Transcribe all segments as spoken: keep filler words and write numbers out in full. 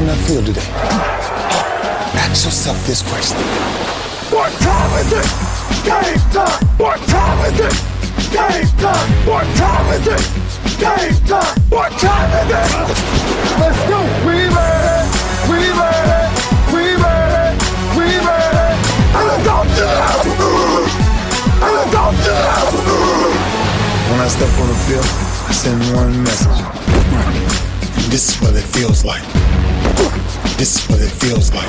on that field today? Ask yourself this question. What time is it? Game time! What time is it? Game time! What time is it? Game time! What time is it? Let's go! We made it! We made it! We made it! We made it! And it's on to us! And it's on to us! When I step on the field, I send one message. This is what it feels like. This is what it feels like.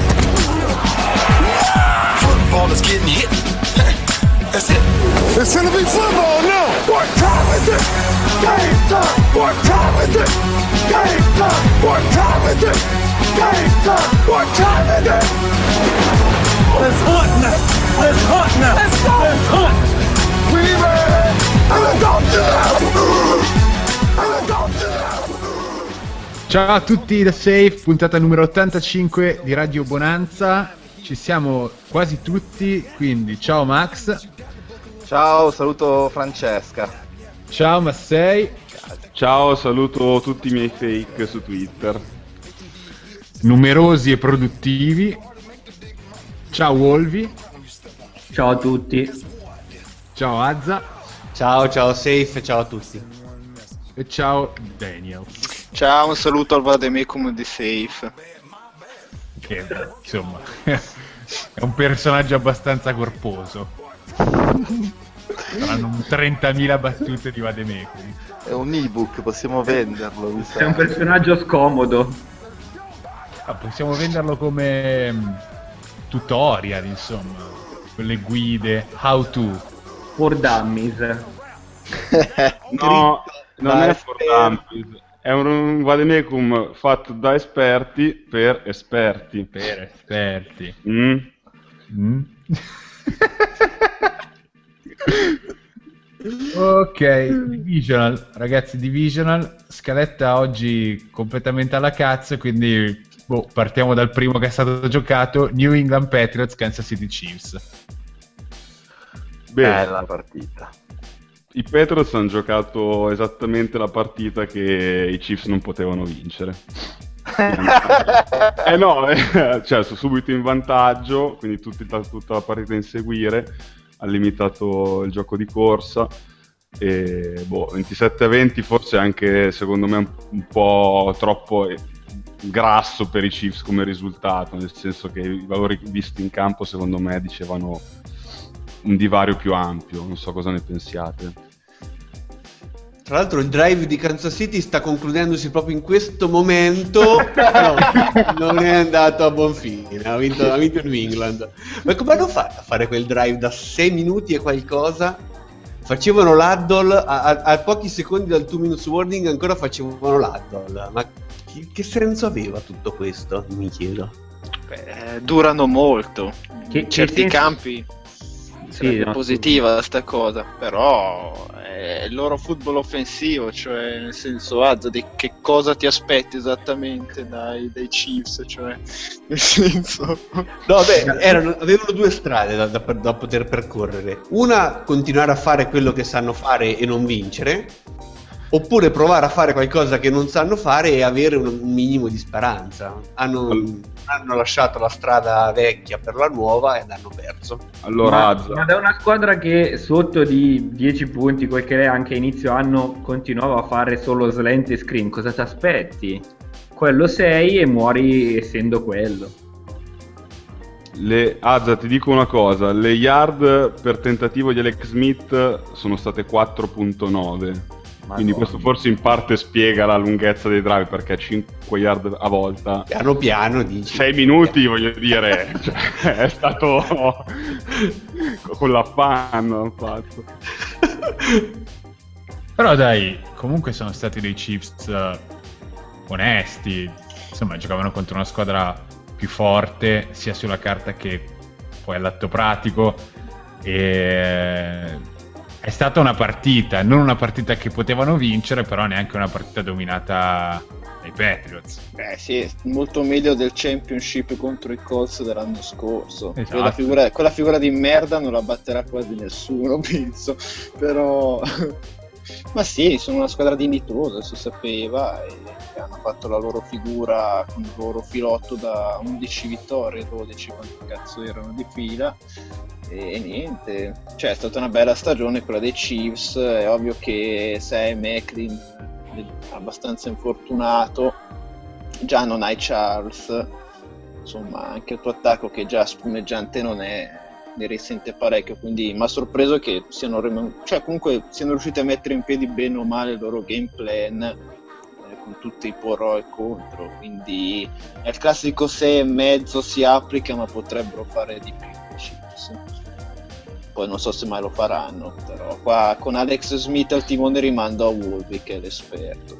Football is getting hit. That's it. It's gonna be football now. What time is it? Game time. What time is it? Game time. What time is it? Game time. What time is it? Let's hunt now. Let's hunt now. Let's go. Let's hunt. We made it. And let's go to the And let's go to the Ciao a tutti da Safe, puntata numero ottantacinque di Radio Bonanza. Ci siamo quasi tutti, quindi ciao Max. Ciao, saluto Francesca. Ciao Massei. Ciao, saluto tutti i miei fake su Twitter. Numerosi e produttivi. Ciao Wolvi. Ciao a tutti. Ciao Azza. Ciao, ciao Safe, ciao a tutti. E ciao Daniel. Ciao, un saluto al Vademecum di Safe. Che insomma è un personaggio abbastanza corposo. Saranno trentamila battute di Vademecum. È un ebook, possiamo venderlo. Mi sa. È un personaggio scomodo. Ah, possiamo venderlo come um, tutorial, insomma, quelle guide, how to. For dummies. No, non è for dummies. È un vademecum fatto da esperti per esperti. Per esperti. Mm. Mm. Ok, Divisional, ragazzi, Divisional, scaletta oggi completamente alla cazzo, quindi boh, partiamo dal primo che è stato giocato, New England Patriots, Kansas City Chiefs. Bella partita. I Patriots hanno giocato esattamente la partita che i Chiefs non potevano vincere. eh no, eh, cioè sono subito in vantaggio, quindi tutti, tutta la partita a inseguire, ha limitato il gioco di corsa e boh, ventisette a venti forse anche secondo me un, un po' troppo grasso per i Chiefs come risultato, nel senso che i valori visti in campo secondo me dicevano un divario più ampio, non so cosa ne pensiate. Tra l'altro il drive di Kansas City sta concludendosi proprio in questo momento. No, non è andato a buon fine, ha vinto, ha vinto New England. Ma come hanno fatto a fare quel drive da sei minuti e qualcosa? Facevano l'huddle a, a, a pochi secondi dal two minutes warning, ancora facevano l'huddle. Ma che, che senso aveva tutto questo? Mi chiedo. Beh, durano molto. Che, in certi che campi sì, è no, positiva sta cosa, però è il loro football offensivo, cioè nel senso Azza, di che cosa ti aspetti esattamente dai, dai Chiefs, cioè nel senso no beh erano, avevano due strade da, da, da poter percorrere: una, continuare a fare quello che sanno fare e non vincere, oppure provare a fare qualcosa che non sanno fare e avere un minimo di speranza. Hanno, hanno lasciato la strada vecchia per la nuova ed hanno perso. Allora, ma, ma da una squadra che sotto di dieci punti, quel che è, anche a inizio anno continuava a fare solo slant e screen, cosa ti aspetti? Quello sei e muori essendo quello. le Azza, ti dico una cosa, le yard per tentativo di Alex Smith sono state quattro virgola nove. Quindi questo forse in parte spiega la lunghezza dei drive, perché cinque yard a volta, piano piano dici sei minuti, voglio dire, cioè, è stato con l'affanno hanno fatto. Però dai, comunque sono stati dei Chiefs uh, onesti, insomma giocavano contro una squadra più forte sia sulla carta che poi all'atto pratico, e è stata una partita, non una partita che potevano vincere, però neanche una partita dominata dai Patriots. Eh sì, molto meglio del Championship contro i Colts dell'anno scorso. Esatto. Quella figura, quella figura di merda non la batterà quasi nessuno, penso. Però ma sì, sono una squadra dignitosa, si sapeva, e che hanno fatto la loro figura con il loro filotto da undici vittorie, dodici, quanto cazzo erano di fila, e niente, cioè è stata una bella stagione quella dei Chiefs. È ovvio che sei Macklin è abbastanza infortunato, già non hai Charles, insomma anche il tuo attacco che già spumeggiante non è, ne risente parecchio, quindi mi ha sorpreso che siano, rim- cioè comunque siano riusciti a mettere in piedi bene o male il loro game plan, eh, con tutti i pro e contro, quindi è il classico sei e mezzo, si applica, ma potrebbero fare di più. Poi non so se mai lo faranno, però qua con Alex Smith al timone rimando a Wolby che è l'esperto.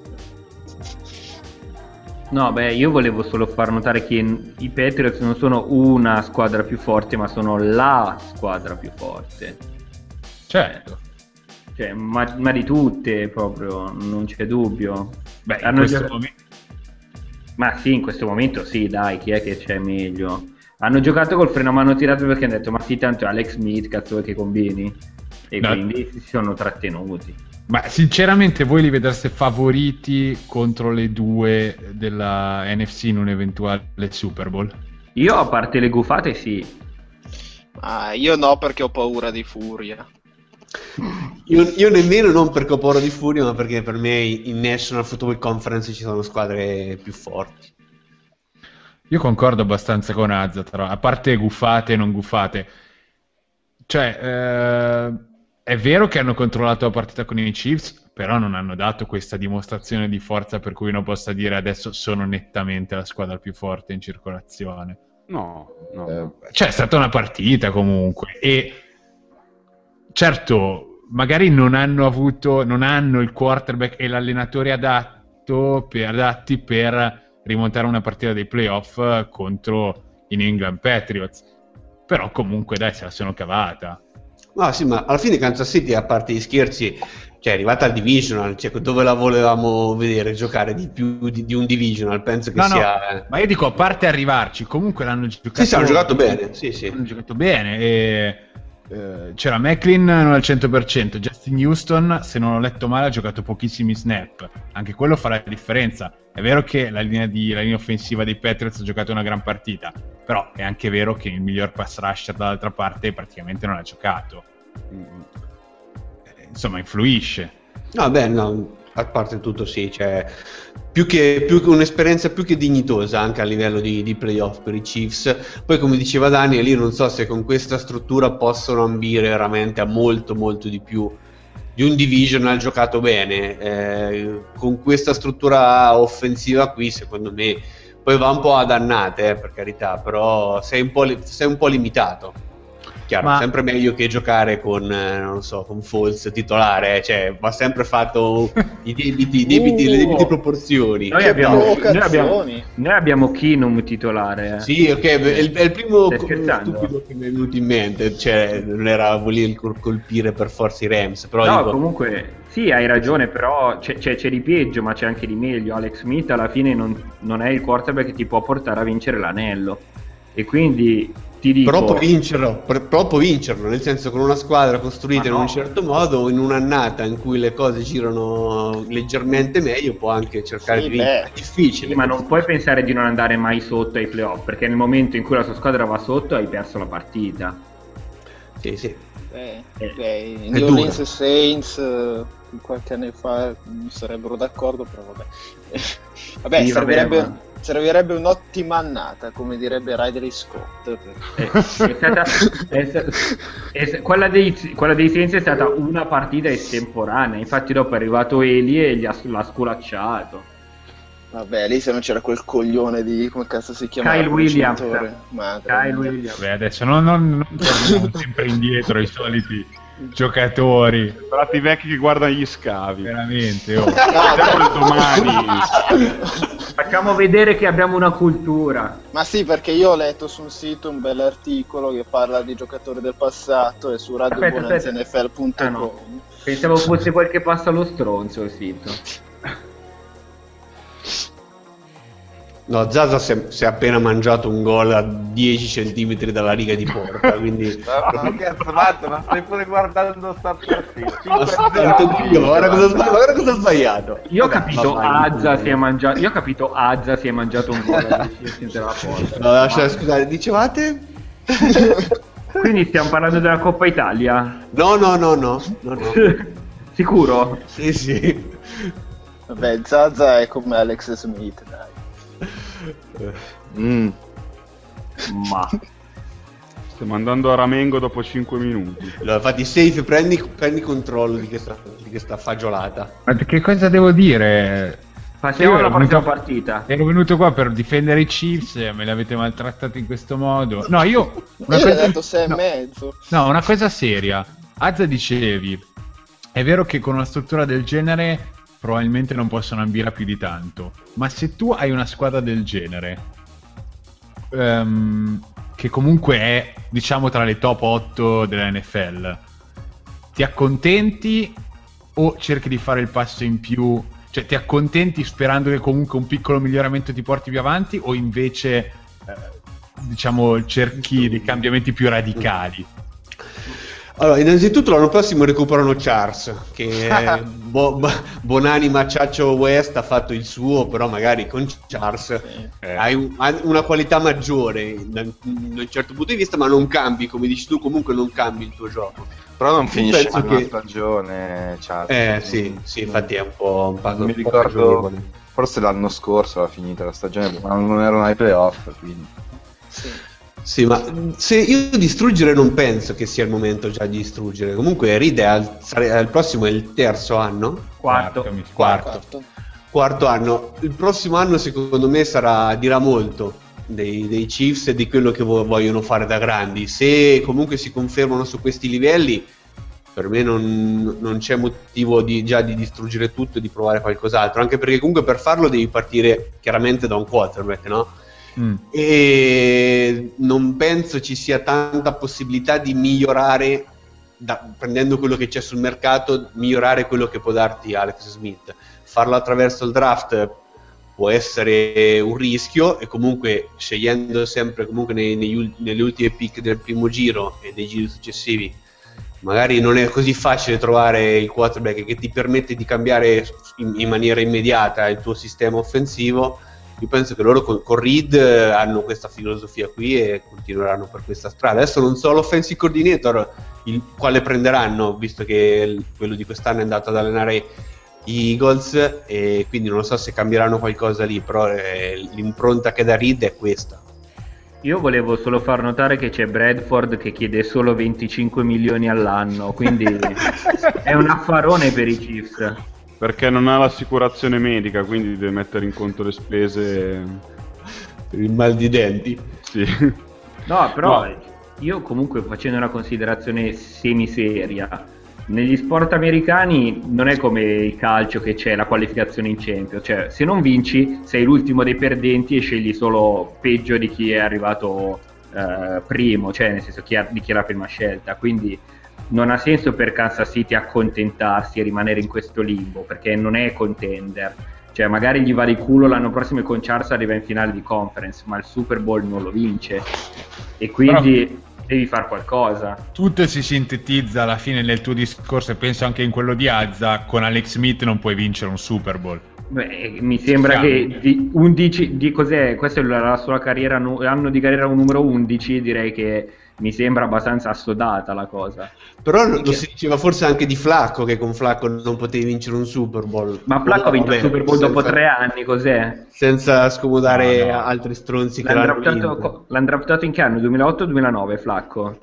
No, beh, io volevo solo far notare che i Patriots non sono una squadra più forte, ma sono la squadra più forte. Certo. Cioè, ma, ma di tutte proprio, non c'è dubbio. Beh, in Hanno questo giocato... momento... Ma sì, in questo momento sì, dai, chi è che c'è meglio? Hanno giocato col freno a mano tirato perché hanno detto, ma sì, tanto è Alex Smith, cazzo vuoi che combini? E no. Quindi si sono trattenuti. Ma sinceramente voi li vedreste favoriti contro le due della N F C in un eventuale Super Bowl? Io, a parte le gufate, sì. Ah, io no, perché ho paura di Furia. Io, io nemmeno, non perché ho paura di Furia, ma perché per me in National Football Conference ci sono squadre più forti. Io concordo abbastanza con Azza, tra, a parte gufate e non gufate. Cioè, eh, è vero che hanno controllato la partita con i Chiefs, però non hanno dato questa dimostrazione di forza per cui uno possa dire adesso sono nettamente la squadra più forte in circolazione. No, no. Eh, cioè, è stata una partita comunque. E certo, magari non hanno avuto, non hanno il quarterback e l'allenatore adatto per, adatti per rimontare una partita dei playoff contro i New England Patriots, però comunque dai, se la sono cavata. No, sì, ma alla fine Kansas City, a parte gli scherzi, cioè è arrivata al divisional, cioè dove la volevamo vedere giocare di più di, di un divisional, penso che no, sia... No, ma io dico, a parte arrivarci, comunque l'hanno giocato... Sì, sì, hanno giocato bene, sì, sì. Hanno giocato bene, e... Uh, c'era Macklin non al cento per cento, Justin Houston, se non ho letto male, ha giocato pochissimi snap, anche quello fa la differenza. È vero che la linea, di, la linea offensiva dei Patriots ha giocato una gran partita, però è anche vero che il miglior pass rusher dall'altra parte praticamente non ha giocato. Insomma, influisce. No, beh, no, a parte tutto sì, cioè più che, più che un'esperienza più che dignitosa anche a livello di, di playoff per i Chiefs. Poi, come diceva Daniel, io non so se con questa struttura possono ambire veramente a molto molto di più di un divisional giocato bene. Eh, con questa struttura offensiva qui, secondo me, poi va un po' ad annate, eh, per carità, però sei un po', li- sei un po' limitato. Chiaro, Ma... sempre meglio che giocare con, eh, non so, con Foles titolare, eh, cioè va sempre fatto i debiti, i debiti, uh, le debiti proporzioni. Noi Che abbiamo, noi provocazioni. abbiamo, noi abbiamo Keenum titolare. Eh. Sì, ok, è il, è il primo Stai co- scherzando? stupido che mi è venuto in mente, cioè non era voler col- colpire per forza i Rams, però No, dico, comunque sì, hai ragione, però c'è, c'è, c'è di peggio, ma c'è anche di meglio. Alex Smith alla fine non, non è il quarterback che ti può portare a vincere l'anello, e quindi ti dico... Però può vincerlo, per- però può vincerlo, nel senso, con una squadra costruita Ma in no. un certo modo, in un'annata in cui le cose girano leggermente meglio, può anche cercare Sì, di vincere. beh. È difficile. Sì, ma non puoi pensare di non andare mai sotto ai playoff, perché nel momento in cui la tua squadra va sotto hai perso la partita. Sì, sì. Eh, Eh, beh, è New dura. Orleans e Saints eh, qualche anno fa non sarebbero d'accordo, però vabbè. Vabbè, Sì, servirebbe, vabbè, ma- servirebbe un'ottima annata, come direbbe Ridley Scott. Eh, è stata, è sta- è sta- quella, dei, quella dei Saints è stata una partita estemporanea, infatti dopo è arrivato Eli e gli ha, l'ha sculacciato. Vabbè, lì se non c'era quel coglione di, come cazzo si chiama? Kyle quel Williams. vincitore? Madre Kyle mia. Williams. Beh, adesso non, non, non torniamo sempre indietro i soliti giocatori, Guardate i vecchi che guardano gli scavi. veramente. Oh. Siamo il domani. Facciamo vedere che abbiamo una cultura. Ma sì, perché io ho letto su un sito un bell'articolo che parla di giocatori del passato e su radio Aspetta, bonanza aspetta. N F L punto com. Ah, no. Pensavo fosse quel che passa allo stronzo il sito. No, Zaza si è, si è appena mangiato un gol a dieci centimetri dalla riga di porta, quindi... No, ma cazzo, Matt, ma stai pure guardando sta partita. Guarda cosa, sbagli- guarda cosa ho sbagliato. Io ho Vabbè, capito ma vai, Azza tu. si è mangiato. Io ho capito Azza si è mangiato un gol alla della porta. No, lascia, scusate, dicevate? Quindi stiamo parlando della Coppa Italia? No, no, no, no, no, no. Sicuro? Sì, sì. Vabbè, Zaza è come Alex Smith, dai. Mm. Ma Stiamo andando a Ramengo dopo cinque minuti. Allora, infatti, safe, prendi, prendi controllo di questa, di questa fagiolata. Ma che cosa devo dire? passiamo Io alla ero prossima venuto- partita. Ero venuto qua per difendere i Chiefs e me li avete maltrattati in questo modo. No, io... Una Io gli ho cosa- detto sei no. e mezzo. No, una cosa seria. Azza dicevi, è vero che con una struttura del genere probabilmente non possono ambire a più di tanto, ma se tu hai una squadra del genere, ehm, che comunque è, diciamo, tra le top otto della N F L, ti accontenti o cerchi di fare il passo in più? Cioè, ti accontenti sperando che comunque un piccolo miglioramento ti porti più avanti, o invece, eh, diciamo, cerchi dei cambiamenti più radicali? Allora, innanzitutto l'anno prossimo recuperano Charles, che è bo- bo- buonanima Ciaccio West ha fatto il suo, però magari con Charles Eh. hai un- hai una qualità maggiore da da un certo punto di vista, ma non cambi, come dici tu, comunque non cambi il tuo gioco. Però non finisce penso una che- stagione, Charles. Eh sì, sì, infatti è un po' un po', Non mi un po' ricordo, ragionevole. forse l'anno scorso era finita la stagione, ma non erano ai playoff, quindi... Sì. Sì, ma se io distruggere non penso che sia il momento già di distruggere. Comunque Reed è al, sare- al prossimo è il terzo anno, Quarto. mi- quarto. Quarto. quarto anno. Il prossimo anno secondo me sarà, dirà molto dei, dei Chiefs e di quello che vo- vogliono fare da grandi. Se comunque si confermano su questi livelli, per me non, non c'è motivo di, già di distruggere tutto e di provare qualcos'altro, anche perché comunque per farlo devi partire chiaramente da un quarterback, no? Mm. E non penso ci sia tanta possibilità di migliorare, da- prendendo quello che c'è sul mercato, migliorare quello che può darti Alex Smith. Farlo attraverso il draft può essere un rischio, e comunque scegliendo sempre comunque nei- negli ul- nelle ultime pick del primo giro e dei giri successivi, magari non è così facile trovare il quarterback che ti permette di cambiare in, in maniera immediata il tuo sistema offensivo. Io penso che loro con, con Reed eh, hanno questa filosofia qui e continueranno per questa strada. Adesso non so l'offensive coordinator il, quale prenderanno, visto che il- quello di quest'anno è andato ad allenare gli Eagles, e quindi non so se cambieranno qualcosa lì, però eh, l'impronta che dà Reed è questa. Io volevo solo far notare che c'è Bradford che chiede solo venticinque milioni all'anno, quindi è un affarone per i Chiefs. Perché non ha l'assicurazione medica, quindi deve mettere in conto le spese. Per il mal di denti. Sì. No, però No. io comunque, facendo una considerazione semiseria, negli sport americani non è come il calcio che c'è la qualificazione in Champions, cioè se non vinci sei l'ultimo dei perdenti e scegli solo peggio di chi è arrivato eh, primo, cioè nel senso chi ha, di chi è la prima scelta, quindi non ha senso per Kansas City accontentarsi e rimanere in questo limbo, perché non è contender. Cioè magari gli va di culo l'anno prossimo e con Charles arriva in finale di conference, ma il Super Bowl non lo vince e quindi devi fare qualcosa. Tutto si sintetizza alla fine nel tuo discorso, e penso anche in quello di Azza: con Alex Smith non puoi vincere un Super Bowl. Beh, mi sembra che di undici di cos'è, questa è la, la sua carriera, nu- anno di carriera numero undici, direi che mi sembra abbastanza assodata la cosa. Però lo si diceva forse anche di Flacco, che con Flacco non potevi vincere un Super Bowl. Ma Flacco ha vinto il Vabbè, Super Bowl dopo senza- tre anni, cos'è? Senza scomodare No, no. altri stronzi che L'hanno l'hanno draftato, vinto. co- l'hanno draftato in che anno? duemilaotto duemilanove Flacco?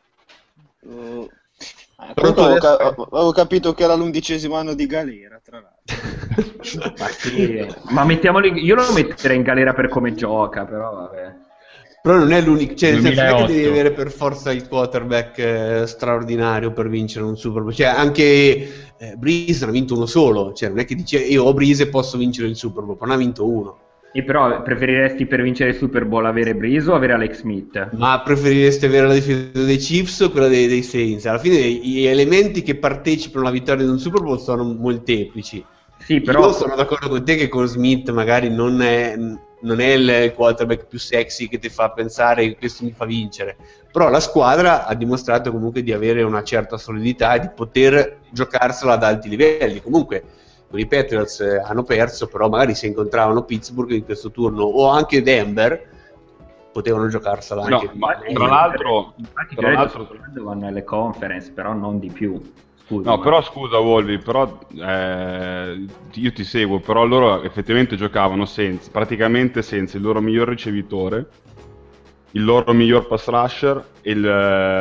Uh, ah, Però comunque avevo, adesso- ca- avevo capito che era l'undicesimo anno di galera, tra l'altro. Ma sì, ma mettiamolo in- io lo metterei in galera per come gioca, però vabbè. Però non è l'unico, cioè nel senso non è che devi duemilaotto. avere per forza il quarterback eh, straordinario per vincere un Super Bowl. Cioè anche eh, Breeze ne ha vinto uno solo, cioè non è che dice io ho Breeze e posso vincere il Super Bowl, però ne ha vinto uno. E però preferiresti per vincere il Super Bowl avere Breeze o avere Alex Smith? Ma preferireste avere la difesa dei Chiefs o quella dei, dei Saints? Alla fine gli elementi che partecipano alla vittoria di un Super Bowl sono molteplici. Sì, però Io sono d'accordo con te che con Smith magari non è non è il quarterback più sexy che ti fa pensare che questo mi fa vincere, però la squadra ha dimostrato comunque di avere una certa solidità e di poter giocarsela ad alti livelli. Comunque con i Patriots hanno perso, però magari se incontravano Pittsburgh in questo turno o anche Denver potevano giocarsela No, anche ma meglio. tra l'altro, Infatti, tra l'altro l'altro vanno alle conference, però non di più. Scusa, no, ma- però scusa Wolvi, però eh, io ti seguo, però loro effettivamente giocavano senza, praticamente senza il loro miglior ricevitore, il loro miglior pass rusher e, il,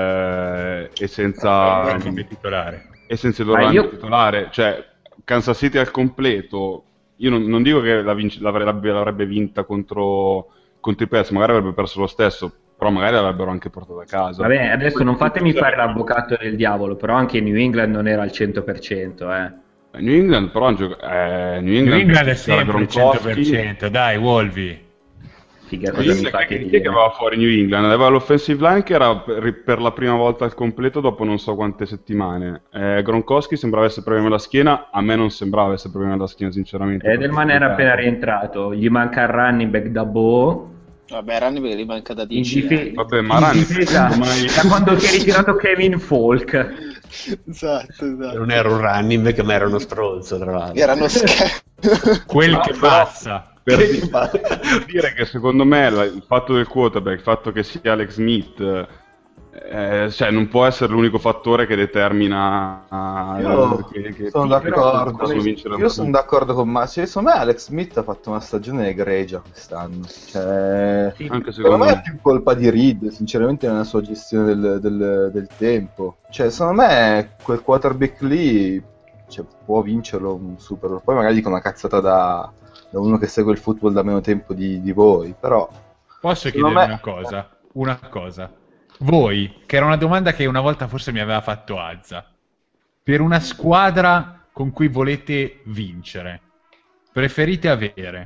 eh, e senza il titolare. e senza il loro Ma running io- titolare, cioè Kansas City al completo. Io non, non dico che la vinc- l'avrebbe, l'avrebbe vinta contro, contro i Pets, magari avrebbe perso lo stesso, però magari l'avrebbero anche portato a casa. Vabbè, adesso non fatemi fare l'avvocato del diavolo, però anche New England non era al cento per cento, eh. New England però gio- eh, New New England, England è c'era sempre il Gronkowski. cento per cento, dai, Wolvi. Figa, New cosa mi England, fate chi- chi è dire? che aveva fuori New England? Aveva l'offensive line che era per, per la prima volta al completo dopo non so quante settimane. Eh, Gronkowski sembrava avesse problemi alla schiena, a me non sembrava avesse problemi alla schiena sinceramente. Edelman era appena rientrato, gli manca il running back da Bo. Vabbè, Running Back gli manca da In dieci dife- anni. Vabbè, ma in Rani, difesa, ormai- da quando si è ritirato Kevin Falk. Esatto, esatto. Non era un running back, ma era uno stronzo, tra l'altro. Erano scherzi. Quel No, che però- passa. per, Che di- fa- per dire che secondo me la- il fatto del quarterback, il fatto che sia Alex Smith, eh, cioè non può essere l'unico fattore che determina eh, Io che, che sono che d'accordo. possono vincere Io sono d'accordo con Massimo. Secondo me Alex Smith ha fatto una stagione egregia quest'anno. Cioè, Sì, anche secondo secondo me è me. più colpa di Reed, sinceramente, nella sua gestione del, del- del tempo. Cioè, secondo me quel quarterback lì, cioè, può vincerlo un Super Bowl. Poi magari dico una cazzata da, da uno che segue il football da meno tempo di, di voi, però Posso Secondo chiedervi me- una cosa? Una cosa. Voi, che era una domanda che una volta forse mi aveva fatto Azza, per una squadra con cui volete vincere, preferite avere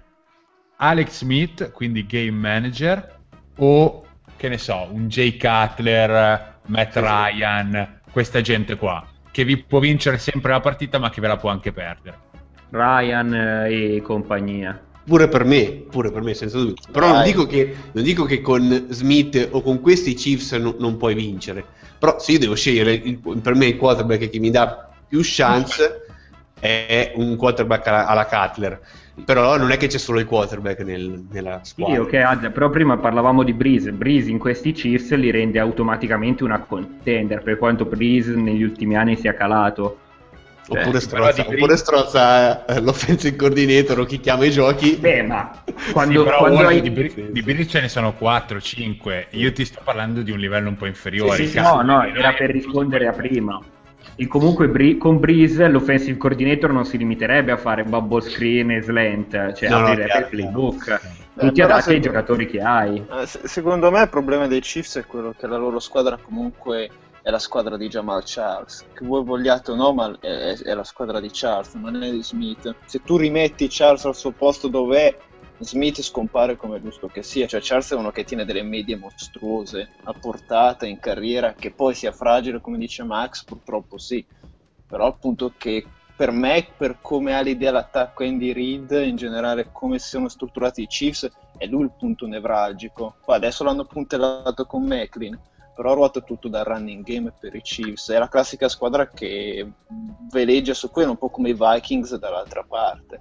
Alex Smith, quindi game manager, o, che ne so, un Jay Cutler, Matt Ryan, questa gente qua, che vi può vincere sempre la partita ma che ve la può anche perdere? Ryan eh, e compagnia. Pure per me, pure per me, senza dubbio. Però non Dai. dico, che, non dico che con Smith o con questi Chiefs no- non puoi vincere. Però se io devo scegliere, il- per me il quarterback che mi dà più chance è un quarterback alla, alla Cutler. Però non è che c'è solo il quarterback nel- nella Sì, squadra. ok, Adria, però prima parlavamo di Breeze. Breeze in questi Chiefs li rende automaticamente una contender, per quanto Breeze negli ultimi anni sia calato. Cioè, Oppure però strozza, di Breeze- oppure strozza eh, l'offensive coordinator o chi chiama i giochi. Beh, ma Sì, quando, però quando Wolvi, hai... di, Bri- di Bri ce ne sono quattro cinque. Io ti sto parlando di un livello un po' inferiore. Sì, sì, Cazzo, no, no, Ryan era per rispondere a prima. E comunque Bri- con Breeze l'offensive coordinator non si limiterebbe a fare bubble screen e slant, cioè No, no, aprirebbe chiaro, il playbook. Eh, Tutti però adatti ai se- giocatori che hai. Eh, se- Secondo me il problema dei Chiefs è quello che la loro squadra comunque è la squadra di Jamal Charles, che voi vogliate o no, ma è, è la squadra di Charles, non è di Smith. Se tu rimetti Charles al suo posto dov'è, Smith scompare come è giusto che sia. Cioè Charles è uno che tiene delle medie mostruose a portata in carriera, che poi sia fragile come dice Max, purtroppo sì, però appunto che per me, per come ha l'idea l'attacco Andy Reid, in generale come sono strutturati i Chiefs, è lui il punto nevralgico. Poi adesso l'hanno puntellato con Macklin, però ruota tutto dal running game per i Chiefs. È la classica squadra che veleggia su quello, un po' come i Vikings dall'altra parte.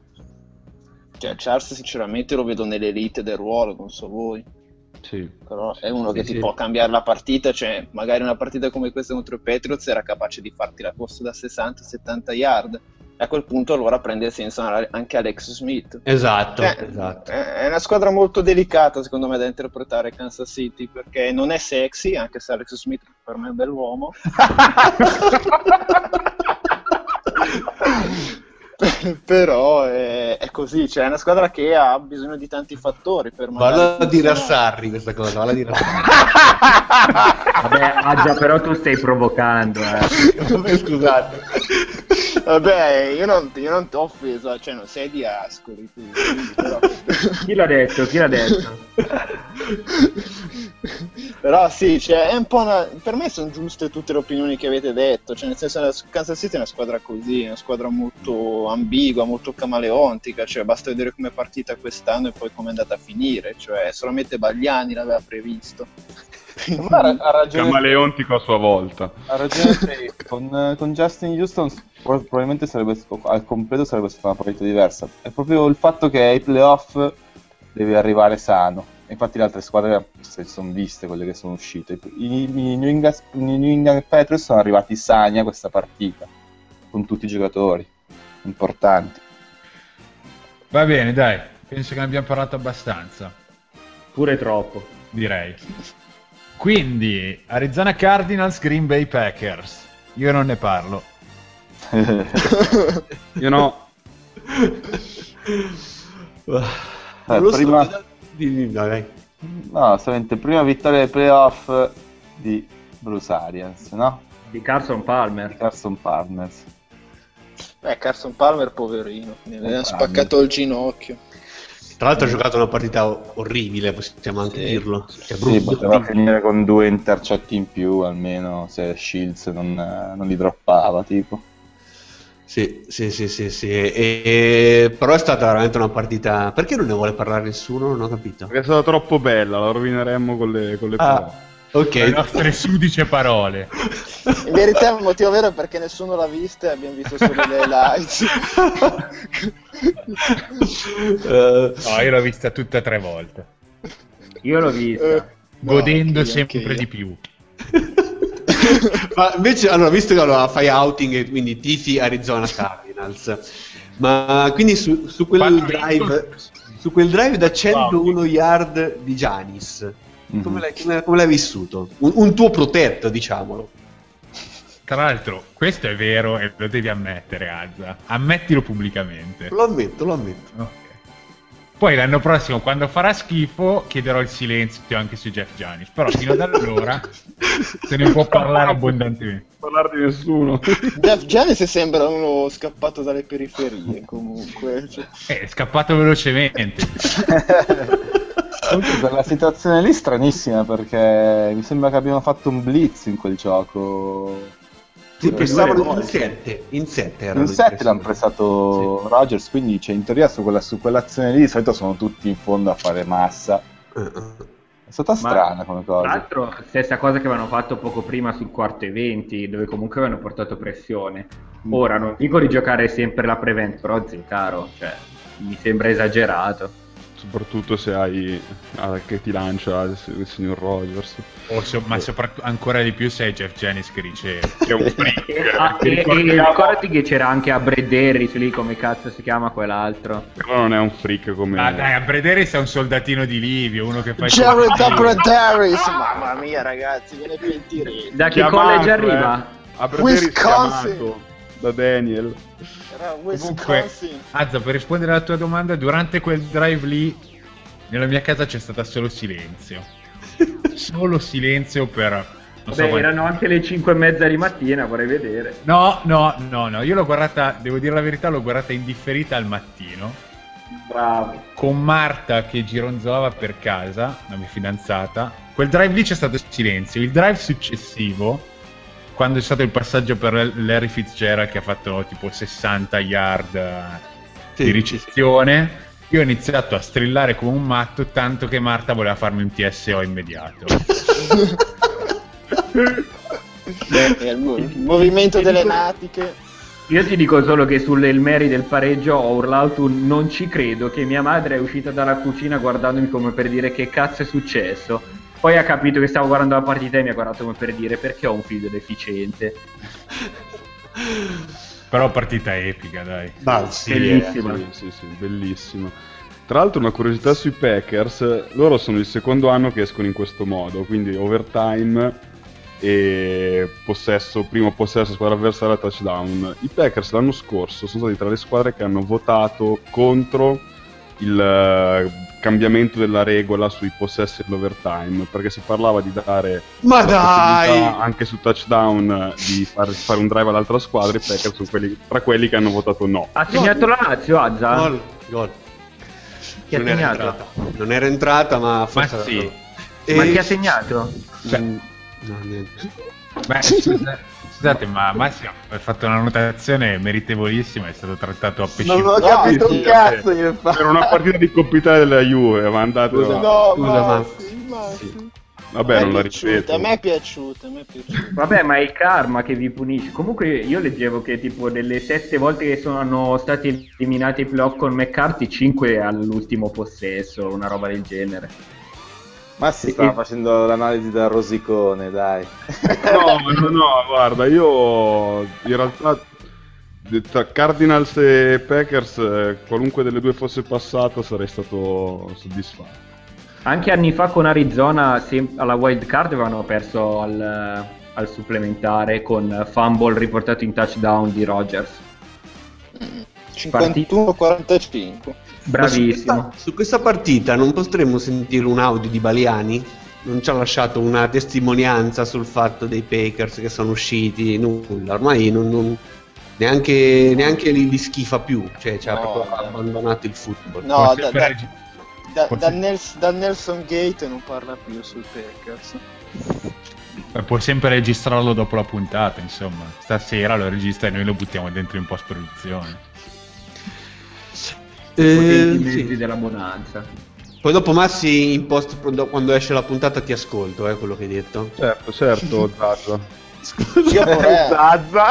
Cioè Charles sinceramente lo vedo nell'elite del ruolo, non so voi, Sì. però è uno Sì, che sì. ti può cambiare la partita. Cioè magari una partita come questa contro i Patriots era capace di farti la corsa da sessanta settanta yard, e a quel punto allora prende senso anche Alex Smith. Esatto, Cioè, esatto. È una squadra molto delicata secondo me da interpretare Kansas City, perché non è sexy, anche se Alex Smith per me è un bell'uomo. Però è, è così, cioè è una squadra che ha bisogno di tanti fattori per magari Vado a dire a funzionare. Sarri questa cosa, vado a dire a Sarri. Vabbè, ah già, però tu stai provocando, eh. Vabbè, scusate. Vabbè, io non, io non ti ho offeso, cioè non sei di Ascoli tu, quindi, però... Chi l'ha detto? Chi l'ha detto? Però sì, cioè, è un po' una... per me sono giuste tutte le opinioni che avete detto, cioè nel senso la Kansas City è una squadra così, è una squadra molto ambigua, molto camaleontica, cioè basta vedere come è partita quest'anno e poi come è andata a finire, cioè solamente Bagliani l'aveva previsto. Ma ha, ha ragione, camaleontico a sua volta. Ha ragione te. con, con Justin Houston probabilmente sarebbe al completo sarebbe stata una partita diversa. È proprio il fatto che ai playoff deve arrivare sano. Infatti le altre squadre si sono viste, quelle che sono uscite. I, i, New, England, i New England Patriots sono arrivati sani a questa partita, con tutti i giocatori importanti. Va bene, dai, penso che ne abbiamo parlato abbastanza. Pure troppo, direi. Quindi, Arizona Cardinals, Green Bay Packers. Io non ne parlo. Io no. Eh, prima... so, no, dai. no, solamente prima vittoria dei playoff di Bruce Arians, no? Di Carson Palmer. Di Carson Palmer. Eh, Carson Palmer, poverino, mi aveva spaccato il ginocchio. Tra l'altro ha giocato una partita orribile, possiamo anche sì. dirlo. Che sì, poteva finire con due intercetti in più, almeno se Shields non, non li droppava, tipo. Sì, sì, sì, sì, sì. E, e... però è stata veramente una partita... Perché non ne vuole parlare nessuno? Non ho capito. Perché è stata troppo bella, la rovineremmo con le, con le ah, parole. Ok. Le nostre sudice parole. In verità il motivo vero è perché nessuno l'ha vista e abbiamo visto solo le highlights. uh, no, io l'ho vista tutta tre volte. Io l'ho vista. Uh, godendo no, sempre di più. Ma invece, allora, visto che allora fai outing e quindi tifi Arizona Cardinals, ma quindi su, su quel Quando drive su quel drive da centouno wow. yard di Giannis, mm-hmm. come, l'hai, come, come l'hai vissuto? Un, un tuo protetto, diciamolo. Tra l'altro, questo è vero e lo devi ammettere, Azza. Ammettilo pubblicamente. Lo ammetto, lo ammetto. Okay. Poi l'anno prossimo, quando farà schifo, chiederò il silenzio anche su Jeff Giannis. Però fino ad allora se ne può parlare abbondantemente. Parlare di nessuno. Jeff Giannis sembra uno scappato dalle periferie, comunque. Cioè. È scappato velocemente. Comunque quella situazione lì stranissima, perché mi sembra che abbiano fatto un blitz in quel gioco. Sì, pensavano in sette, in sette in sette l'hanno prestato sì. Rodgers, quindi cioè, in teoria su, quella, su quell'azione lì di solito sono tutti in fondo a fare massa. È stata strana Ma, come cosa. Tra l'altro stessa cosa che avevano fatto poco prima sul quarto e venti, dove comunque avevano portato pressione. Ora non dico di giocare sempre la prevent, però zio caro, cioè mi sembra esagerato. Soprattutto se hai ah, che ti lancia il, il signor Rodgers. O so, ma soprattutto ancora di più se è Jeff Giannis che riceve. Che è un freak. e, ah, e, e ricordati che c'era anche a Brad Harris lì, come cazzo si chiama quell'altro. Però non è un freak come... Ah dai, a Brad Harris è un soldatino di Livio, uno che fa... Jared da Brad Harris, mamma mia ragazzi, ve ne pentirete. Da che college arriva? A Brad Harris chiamato da Daniel. Comunque, Azza, per rispondere alla tua domanda, durante quel drive lì nella mia casa c'è stato solo silenzio. Solo silenzio per... Non Beh, so erano anche le cinque e mezza di mattina, vorrei vedere. No, no, no, no, io l'ho guardata, devo dire la verità, l'ho guardata indifferita al mattino. Bravo. Con Marta che gironzolava per casa, la mia fidanzata. Quel drive lì c'è stato silenzio. Il drive successivo, quando è stato il passaggio per Larry Fitzgerald che ha fatto tipo sessanta yard sì, di ricezione, io ho iniziato a strillare come un matto, tanto che Marta voleva farmi un T S O immediato. Beh, il movimento delle natiche. Io ti dico solo che sulle il Mary del pareggio ho urlato un non ci credo, che mia madre è uscita dalla cucina guardandomi come per dire che cazzo è successo. Poi ha capito che stavo guardando la partita e mi ha guardato come per dire perché ho un figlio deficiente. Però partita epica, dai. Ah, sì, bellissima. Sì, sì, sì, bellissima. Tra l'altro una curiosità sui Packers, loro sono il secondo anno che escono in questo modo, quindi overtime e possesso, primo possesso, squadra avversaria, touchdown. I Packers l'anno scorso sono stati tra le squadre che hanno votato contro il cambiamento della regola sui possessi dell'overtime, perché si parlava di dare ma dai anche su touchdown di far, fare un drive all'altra squadra. I Packers sono quelli, tra quelli che hanno votato no. Ha segnato la Lazio, Azza? Gol, gol. Chi ha non, era segnato? entrata. non era entrata, ma forse... Ma sì. E- Ma chi ha segnato? Cioè- Mm, no, niente. Beh, scusa- scusate, ma Massimo ha fatto una notazione meritevolissima, è stato trattato a pesci. Non ho No, capito sì, un cazzo io fa. Per una partita di Coppa Italia della Juve, ma andate Scusa, là. No, Scusa, ma ma- sì, ma sì. Vabbè, A me non è la piaciuta, ripeto. A me è piaciuta, a me è piaciuta. Vabbè, ma è il karma che vi punisce. Comunque io leggevo che tipo delle sette volte che sono stati eliminati i playoff con McCarthy, cinque all'ultimo possesso, una roba del genere. Ma si stava facendo l'analisi da rosicone, dai. No, no, no, guarda, io in realtà tra Cardinals e Packers, eh, qualunque delle due fosse passato, sarei stato soddisfatto. Anche anni fa con Arizona sem- alla wild card avevano perso al, al supplementare con fumble riportato in touchdown di Rodgers. cinquantuno a quarantacinque. Ma su Bravissimo. questa, su questa partita non potremmo sentire un audio di Baliani? Non ci ha lasciato una testimonianza sul fatto dei Packers che sono usciti, nulla, ormai non, non- neanche, neanche li, li schifa più, cioè ci ha No, proprio dai. abbandonato il football. No, Può da, sempre da, regi- da, può da se- Nels- da Nelson Gate non parla più sul Packers. eh, può sempre registrarlo dopo la puntata, insomma. Stasera lo registra e noi lo buttiamo dentro in post-produzione. Eh, Potenti sì. mezzi della bonanza. Poi dopo Massi in post quando esce la puntata ti ascolto, eh, quello che hai detto. Certo, certo, Zazza. Io vorrei, Zazza!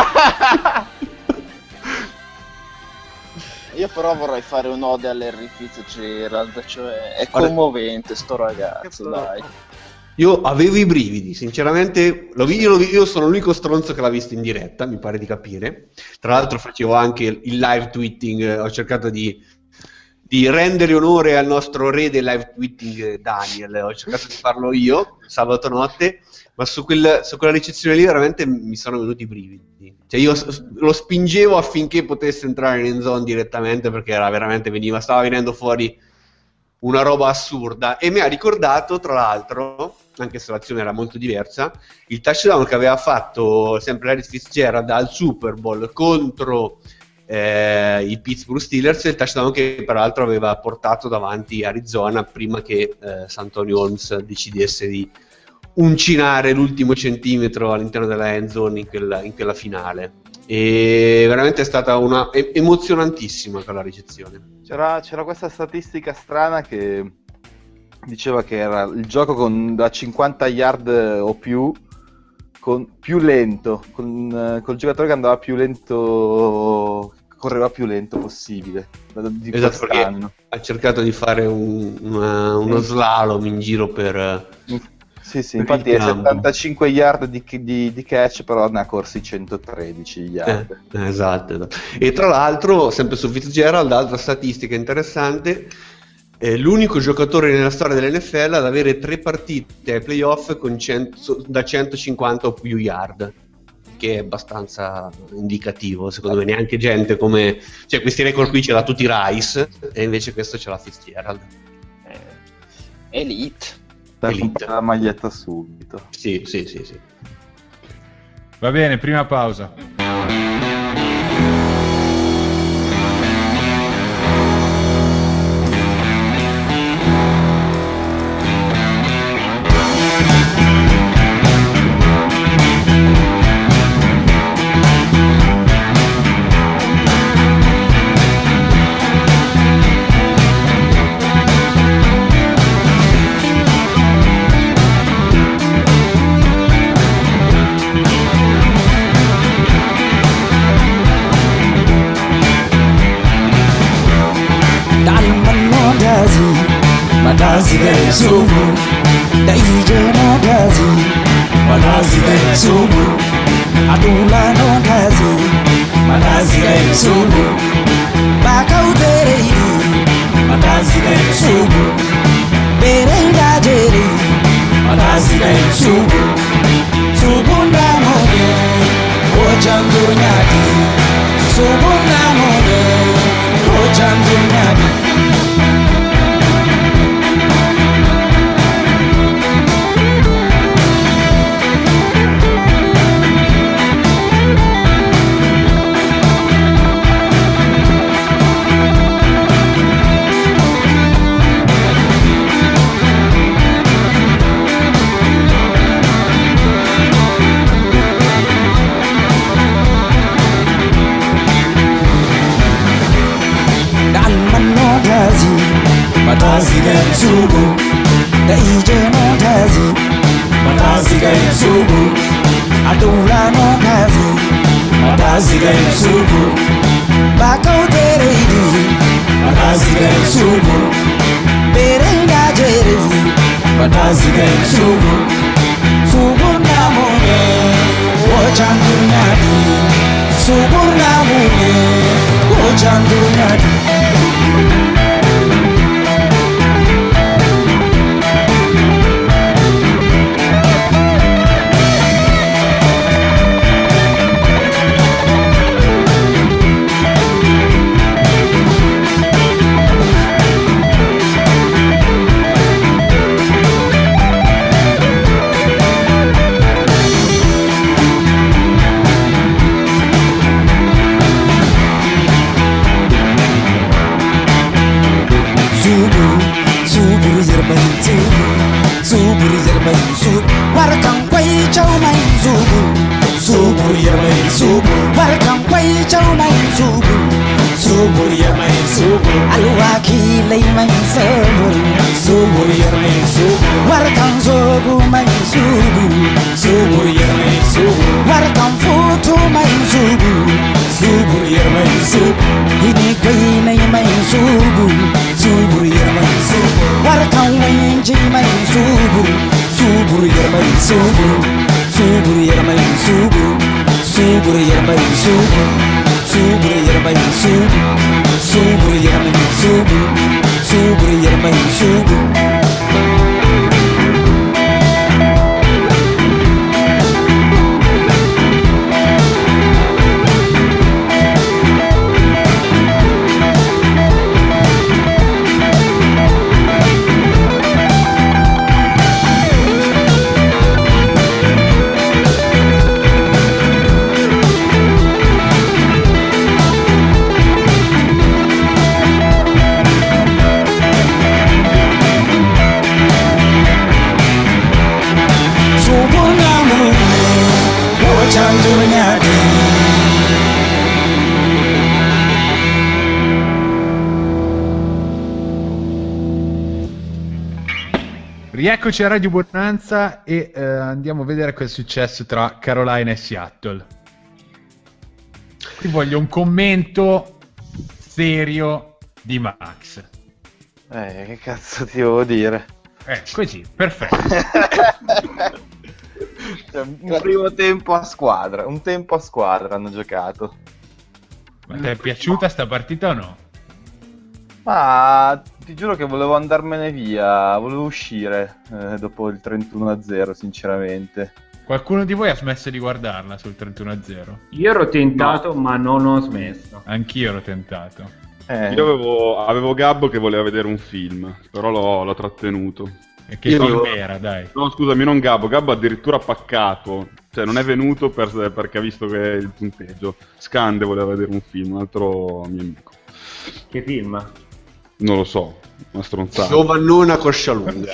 io però vorrei fare un'ode all'Harry Fitzgerald, cioè è Guarda- commovente sto ragazzo, dai. Io avevo i brividi, sinceramente, lo vi- io, lo vi- io sono l'unico stronzo che l'ha visto in diretta, mi pare di capire. Tra l'altro facevo anche il live tweeting, eh, ho cercato di, di rendere onore al nostro re del live tweeting, eh, Daniel, ho cercato di farlo io, sabato notte, ma su, quel- su quella ricezione lì veramente mi sono venuti i brividi. Cioè io s- lo spingevo affinché potesse entrare in end zone direttamente perché era veramente, veniva, stava venendo fuori una roba assurda e mi ha ricordato, tra l'altro, anche se l'azione era molto diversa, il touchdown che aveva fatto sempre Harry Fitzgerald al Super Bowl contro eh, i Pittsburgh Steelers, il touchdown che peraltro aveva portato davanti Arizona prima che eh, Santonio Holmes decidesse di uncinare l'ultimo centimetro all'interno della end zone in quella, in quella finale. E veramente è stata una e- emozionantissima quella ricezione. C'era, c'era questa statistica strana che diceva che era il gioco con da cinquanta yard o più con più lento, con eh, col giocatore che andava più lento, correva più lento possibile di Esatto, quest'anno. Ha cercato di fare un- una- uno slalom in giro per... Sì, sì, per infatti il è campo. settantacinque yard di, di, di catch, però ne ha corsi centotredici yard. Eh, esatto, esatto. E tra l'altro, sempre su Fitzgerald, altra statistica interessante, è l'unico giocatore nella storia dell'N F L ad avere tre partite ai playoff con cento da centocinquanta o più yard, che è abbastanza indicativo, secondo me. Neanche gente come... cioè questi record qui ce l'ha tutti Rice, e invece questo ce l'ha Fitzgerald. Elite. Per Elite. comprare la maglietta subito. Sì, sì, sì, sì. Va bene, prima pausa. Madazi del subu, daije no gazi. Madazi del subu, adula no gazi. Madazi del subu, bakautere. Madazi del subu, berenda jeri. Madazi del subu, subunda mode, ojango nyadi. Subunda mode, ojango nyadi. Matasiga Subu, the Ije no Tazi, Matasiga Subu, Adula no Tazi, Matasiga Subu, Bakau Teredi, Matasiga Subu, Berenda Jeri, Matasiga Subu, Subu Namune, Wachandu Nadi, Subu Namune, Wachandu Nadi. Warkang quay châu mai subu, subu yamai subu. Warkang quay châu mai subu, subu yamai subu. Alwaki lay mai subu, subu yamai subu. Warkang subu mai subu, subu yamai subu. Warkang foto mai subu, subu yamai subu. Ini quay lay mai subu, subu yamai subu. Warkang wenji mai subu. Subur yermai subu, subur yermai subu, subur yermai subu, subur yermai subu, subur yermai subu, subur yermai subu. Rieccoci a Radio Bonanza e eh, andiamo a vedere cosa è successo tra Carolina e Seattle. Qui voglio un commento serio di Max. Eh, che cazzo ti devo dire? Eh, così, perfetto. Un primo tempo a squadra, un tempo a squadra hanno giocato. Ma ti è piaciuta sta partita o no? Ma ti giuro che volevo andarmene via, volevo uscire eh, dopo il trentuno a zero, sinceramente. Qualcuno di voi ha smesso di guardarla sul trentuno a zero? Io ero tentato, no, ma non ho smesso. Anch'io ero tentato. Eh. Io avevo, avevo Gabbo che voleva vedere un film, però l'ho, l'ho trattenuto. E che Io film avevo... era, dai? No, scusami, non Gabbo, Gabbo addirittura paccato. Cioè, non è venuto per, perché ha visto che il punteggio. Scande voleva vedere un film, un altro mio amico. Che film? Non lo so, una stronzata. Giovannona coscia lunga.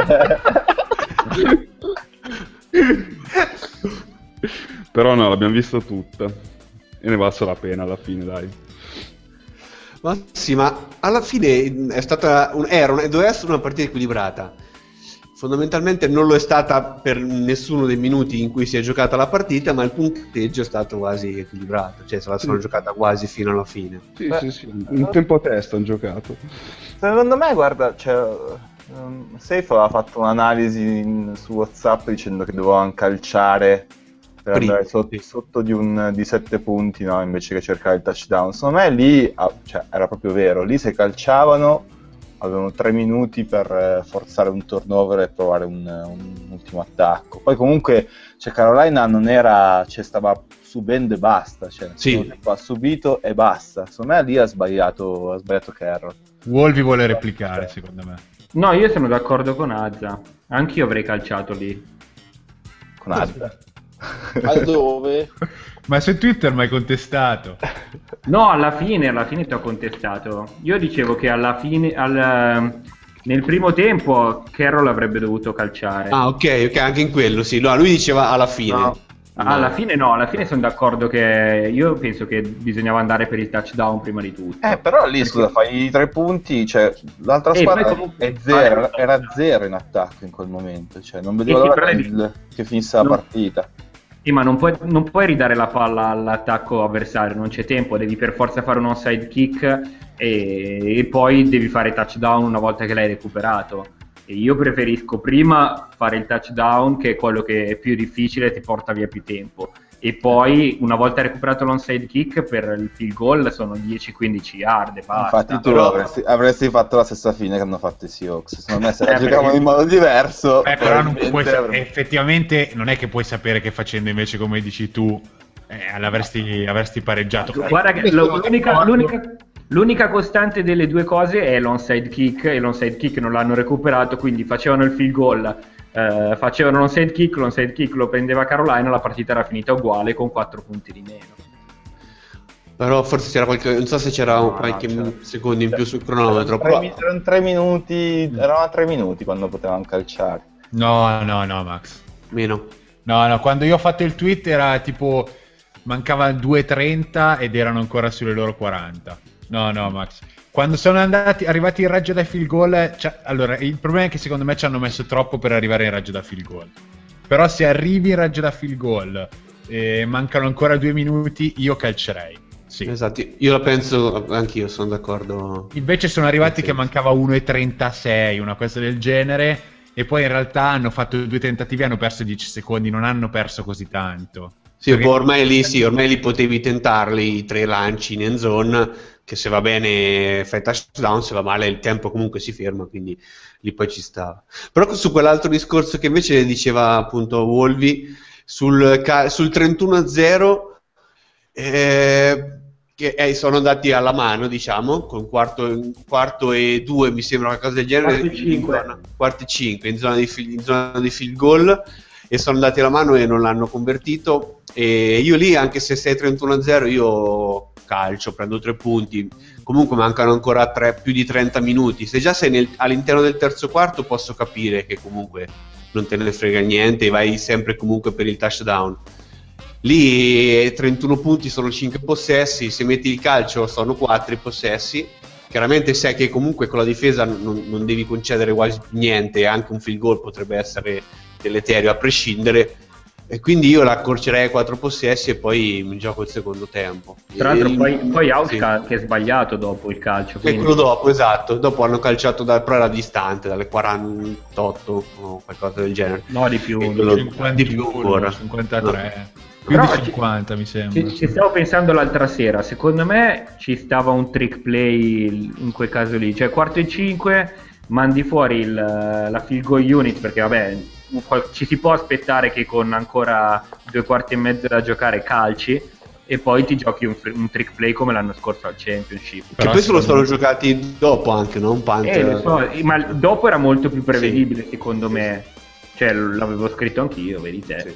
Però no, l'abbiamo vista tutta. E ne valsa la pena alla fine, dai. Ma sì, ma alla fine è stata un, era un, doveva essere una partita equilibrata. Fondamentalmente non lo è stata per nessuno dei minuti in cui si è giocata la partita, ma il punteggio è stato quasi equilibrato, cioè se la sono sì. giocata quasi fino alla fine. Sì, Beh, sì, sì, un tempo a testa hanno giocato. Secondo me, guarda, cioè, um, Safe aveva fatto un'analisi in, su WhatsApp dicendo che dovevano calciare per Prima, andare sotto, sì. sotto di, un, di sette punti, no? Invece che cercare il touchdown. Secondo me lì, ah, cioè, era proprio vero, lì se calciavano avevano tre minuti per eh, forzare un turnover e provare un, un ultimo attacco. Poi comunque cioè, Carolina non era, cioè, stava subendo e basta, cioè, sì. ha subito e basta. Secondo me lì ha sbagliato, ha sbagliato Carroll. Wolvi vuole replicare, secondo me. No, io sono d'accordo con Azza. Anch'io avrei calciato lì. Con Azza. Ma dove? Ma su Twitter mi hai contestato. No, alla fine, alla fine ti ho contestato. Io dicevo che alla fine, al, nel primo tempo Carroll avrebbe dovuto calciare. Ah, ok, ok, anche in quello, sì. No, lui diceva alla fine. No, Alla fine no, alla fine sono d'accordo che io penso che bisognava andare per il touchdown prima di tutto. Eh, però lì, scusa, fai i tre punti, cioè l'altra Eh, squadra poi comunque- è zero, era zero in attacco in quel momento, cioè non vedevo Eh sì, l'ora però che, è- il- che finisse la No. partita. Sì, ma non puoi, non puoi ridare la palla all'attacco avversario, non c'è tempo, devi per forza fare un onside kick e, e poi devi fare touchdown una volta che l'hai recuperato. E io preferisco prima fare il touchdown, che è quello che è più difficile e ti porta via più tempo. E poi, una volta recuperato l'onside kick, per il field goal sono dieci quindici yard e basta. Infatti tu Però- avresti, avresti fatto la stessa fine che hanno fatto i Seahawks. Secondo me se la Eh, giocavano perché- in modo diverso, Eh, però non puoi probabilmente sa- avremmo- effettivamente non è che puoi sapere che facendo invece come dici tu eh, l'avresti avresti pareggiato. Guarda che lo- l'unica, l'unica, l'unica costante delle due cose è l'onside kick, e l'onside kick non l'hanno recuperato, quindi facevano il field goal, eh, facevano l'onside kick, l'onside kick lo prendeva Carolina, la partita era finita uguale con quattro punti di meno. Però forse c'era qualche, non so se c'era No, un qualche no, c'era- min- secondo in più sul cronometro, Tre però mi- erano tre minuti, erano a tre minuti quando potevano calciare. No, no, no, Max. meno. No, no, quando io ho fatto il tweet era tipo mancava due e trenta ed erano ancora sulle loro quaranta. No, no, Max. Quando sono andati arrivati in raggio da field goal, cioè, allora, il problema è che secondo me ci hanno messo troppo per arrivare in raggio da field goal. Però se arrivi in raggio da field goal e mancano ancora due minuti, io calcerei. Sì. Esatto, io la penso anch'io, sono d'accordo. Invece sono arrivati Sì. che mancava uno e trentasei, una cosa del genere, e poi in realtà hanno fatto due tentativi, hanno perso dieci secondi, non hanno perso così tanto. Sì, Perché- poi ormai lì sì, ormai lì potevi tentarli i tre lanci in end zone, che se va bene fai touchdown, se va male il tempo comunque si ferma, quindi lì poi ci stava. Però su quell'altro discorso che invece diceva appunto Wolvi, sul, ca- sul trentuno a zero, eh, che eh, sono andati alla mano, diciamo, con quarto, quarto e due, mi sembra una cosa del genere, Quarto e cinque. in zona- quarto e cinque, in zona di, fi- in zona di field goal, e sono andati alla mano e non l'hanno convertito. E io lì, anche se sei trentuno a zero, io calcio, prendo tre punti. Comunque mancano ancora tre, più di trenta minuti. Se già sei nel- all'interno del terzo quarto, posso capire che comunque non te ne frega niente e vai sempre comunque per il touchdown. Lì eh, trentuno punti sono cinque possessi, se metti il calcio sono quattro i possessi. Chiaramente sai che comunque con la difesa non, non devi concedere quasi niente, anche un field goal potrebbe essere deleterio a prescindere, e quindi io la accorcerei a quattro possessi e poi mi gioco il secondo tempo. Tra l'altro E- poi, poi House sì. ha anche sbagliato dopo il calcio, E quindi- quello dopo, esatto, dopo hanno calciato da, però era distante, dalle quarantotto o qualcosa del genere. no di più. E di quello- più. di più ancora. cinquantatré, più Però di ci- cinquanta mi sembra. Ci, ci stavo pensando l'altra sera, secondo me ci stava un trick play in quel caso lì, cioè quarto e cinque, mandi fuori il, la field goal unit, perché vabbè qual- ci si può aspettare che con ancora due quarti e mezzo da giocare calci, e poi ti giochi un, un trick play come l'anno scorso al Championship. Che Però poi se lo secondo sono giocati dopo anche, no? Un punt. Eh, lo so, ma dopo era molto più prevedibile secondo me, cioè l'avevo scritto anch'io, vedi te.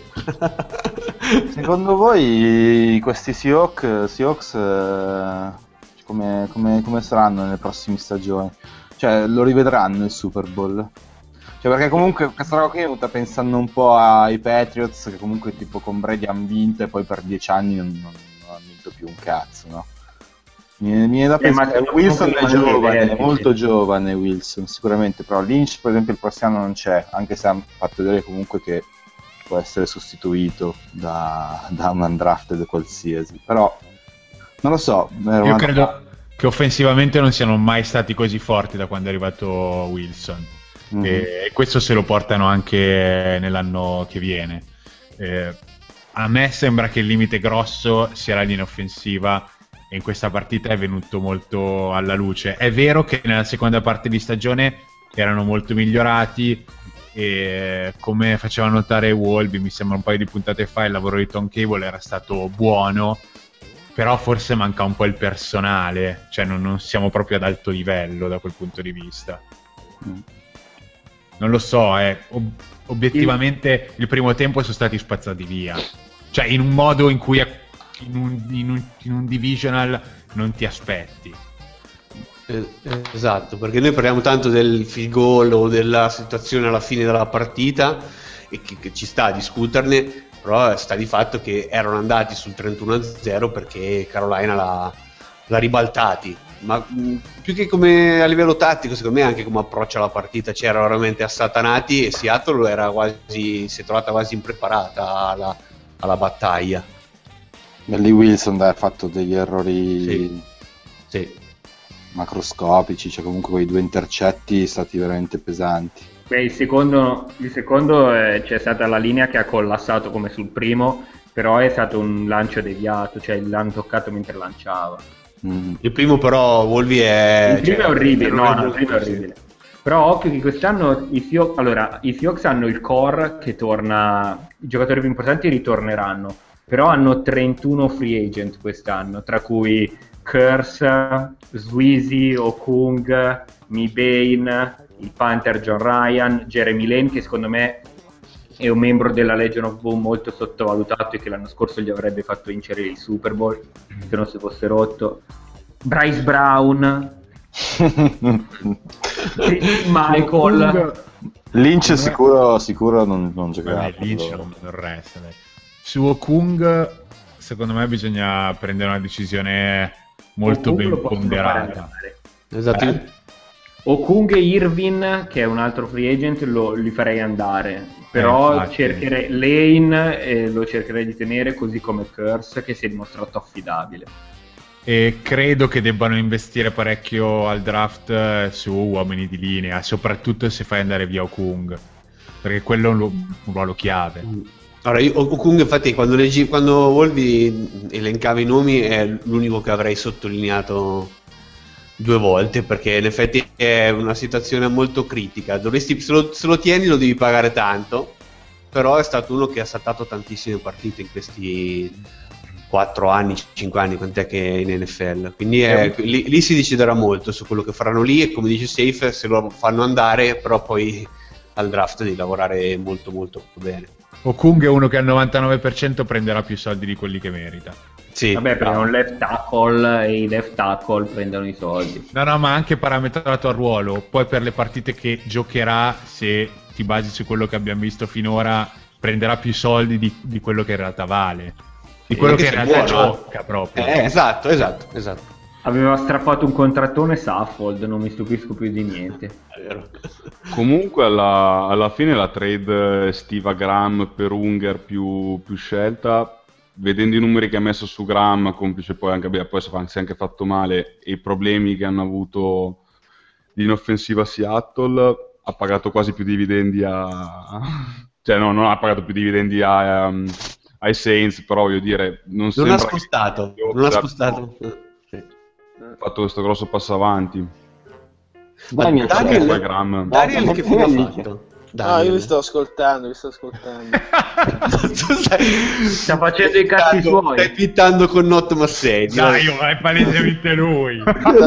Secondo voi questi Seahawks, Seahawks eh, come, come- come saranno nelle prossime stagioni? Cioè, lo rivedranno il Super Bowl? Cioè, perché comunque questa roba qui è venuta pensando un po' ai Patriots, che comunque tipo con Brady hanno vinto e poi per dieci anni non, non- non hanno vinto più un cazzo, no? Mi mi viene da Eh, ma pensare, sono Wilson è comunque giovane, vertici. è molto giovane Wilson, sicuramente, però Lynch per esempio il prossimo anno non c'è, anche se hanno fatto vedere comunque che può essere sostituito da, da un undrafted qualsiasi, però non lo so. era Io una- credo che offensivamente non siano mai stati così forti da quando è arrivato Wilson. Mhm. E questo se lo portano anche nell'anno che viene. Eh, a me sembra che il limite grosso sia la linea offensiva, e in questa partita è venuto molto alla luce. È vero che nella seconda parte di stagione erano molto migliorati, e come faceva notare Wolby, mi sembra un paio di puntate fa, il lavoro di Tom Cable era stato buono, però forse manca un po' il personale, cioè non, non siamo proprio ad alto livello da quel punto di vista. Mm. Non lo so, eh. Ob- obiettivamente il primo tempo sono stati spazzati via, cioè in un modo in cui in un, in un, in un divisional non ti aspetti. Eh, Esatto, perché noi parliamo tanto del field goal o della situazione alla fine della partita, e che, che ci sta a discuterne, però sta di fatto che erano andati sul trentuno a zero perché Carolina l'ha, l'ha ribaltati, ma mh, più che come a livello tattico, secondo me anche come approccio alla partita c'era veramente assatanati, e Seattle era quasi, si è trovata quasi impreparata alla, alla battaglia. Belly Wilson ha fatto degli errori Sì. Sì. macroscopici, cioè comunque quei due intercetti stati veramente pesanti. Beh, il secondo, il secondo eh, c'è stata la linea che ha collassato come sul primo, però è stato un lancio deviato, cioè l'hanno toccato mentre lanciava. Mm. Il primo però Wolvi è... Il primo cioè, è orribile, no, non no, il primo è orribile. Però occhio che quest'anno i Seahawks, allora, i Seahawks hanno il core che torna, i giocatori più importanti ritorneranno, però hanno trentuno free agent quest'anno, tra cui Curse, Sweezy, Okung, Mebane, il Panther John Ryan, Jeremy Lane, che secondo me è un membro della Legion of Boom molto sottovalutato e che l'anno scorso gli avrebbe fatto vincere il Super Bowl se non si fosse rotto, Bryce Brown, Michael. Lynch sicuro, sicuro non, non giocherà. Vabbè, Lynch non, non resta. Dai. Su Okung secondo me bisogna prendere una decisione molto Okung lo ben possono ponderata. Esatto. Eh? Okung e Irvin, che è un altro free agent, lo, li farei andare, però Eh, infatti. cercherei Lane e lo cercherei di tenere, così come Curse, che si è dimostrato affidabile. E credo che debbano investire parecchio al draft eh, su uomini di linea, soprattutto se fai andare via Okung, perché quello è un, lu- un ruolo chiave. Allora, io Okung infatti quando, leggi, quando Wolvi elencava i nomi è l'unico che avrei sottolineato due volte, perché in effetti è una situazione molto critica. Dovresti, se, lo, se lo tieni lo devi pagare tanto, però è stato uno che ha saltato tantissime partite in questi quattro anni, cinque anni, quant'è che è in N F L, quindi è, lì, lì si deciderà molto su quello che faranno lì, e come dice Safe, se lo fanno andare, però poi al draft devi lavorare molto molto bene. Okung è uno che al novantanove per cento prenderà più soldi di quelli che merita. Sì, Vabbè, perché è un left tackle e i left tackle prendono i soldi. No, no, ma anche parametrato al ruolo. Poi per le partite che giocherà, se ti basi su quello che abbiamo visto finora, prenderà più soldi di, di quello che in realtà vale. Di quello Anche che in se realtà buono, gioca proprio. Eh, esatto, esatto, esatto. Aveva strappato un contrattone Saffold, non mi stupisco più di niente. È vero. Comunque alla, alla fine la trade estiva Graham per Unger più, più scelta, vedendo i numeri che ha messo su Graham, complice poi anche, beh, poi si è anche fatto male, e i problemi che hanno avuto in offensiva a Seattle, ha pagato quasi più dividendi a... cioè no, non ha pagato più dividendi a, um, ai Saints, però voglio dire... Non, Non ha sembra spostato, che- non ha certo, spostato. Sì. ha fatto questo grosso passo avanti. Dai, mi Daniel- Poi Graham... Daniel che fine ha fatto? No, io Daniel. vi sto ascoltando, vi sto ascoltando. Tu stai, Sta facendo i cazzi pittando- suoi. Stai pittando con Not Massedi. Dai, io, è palesemente lui.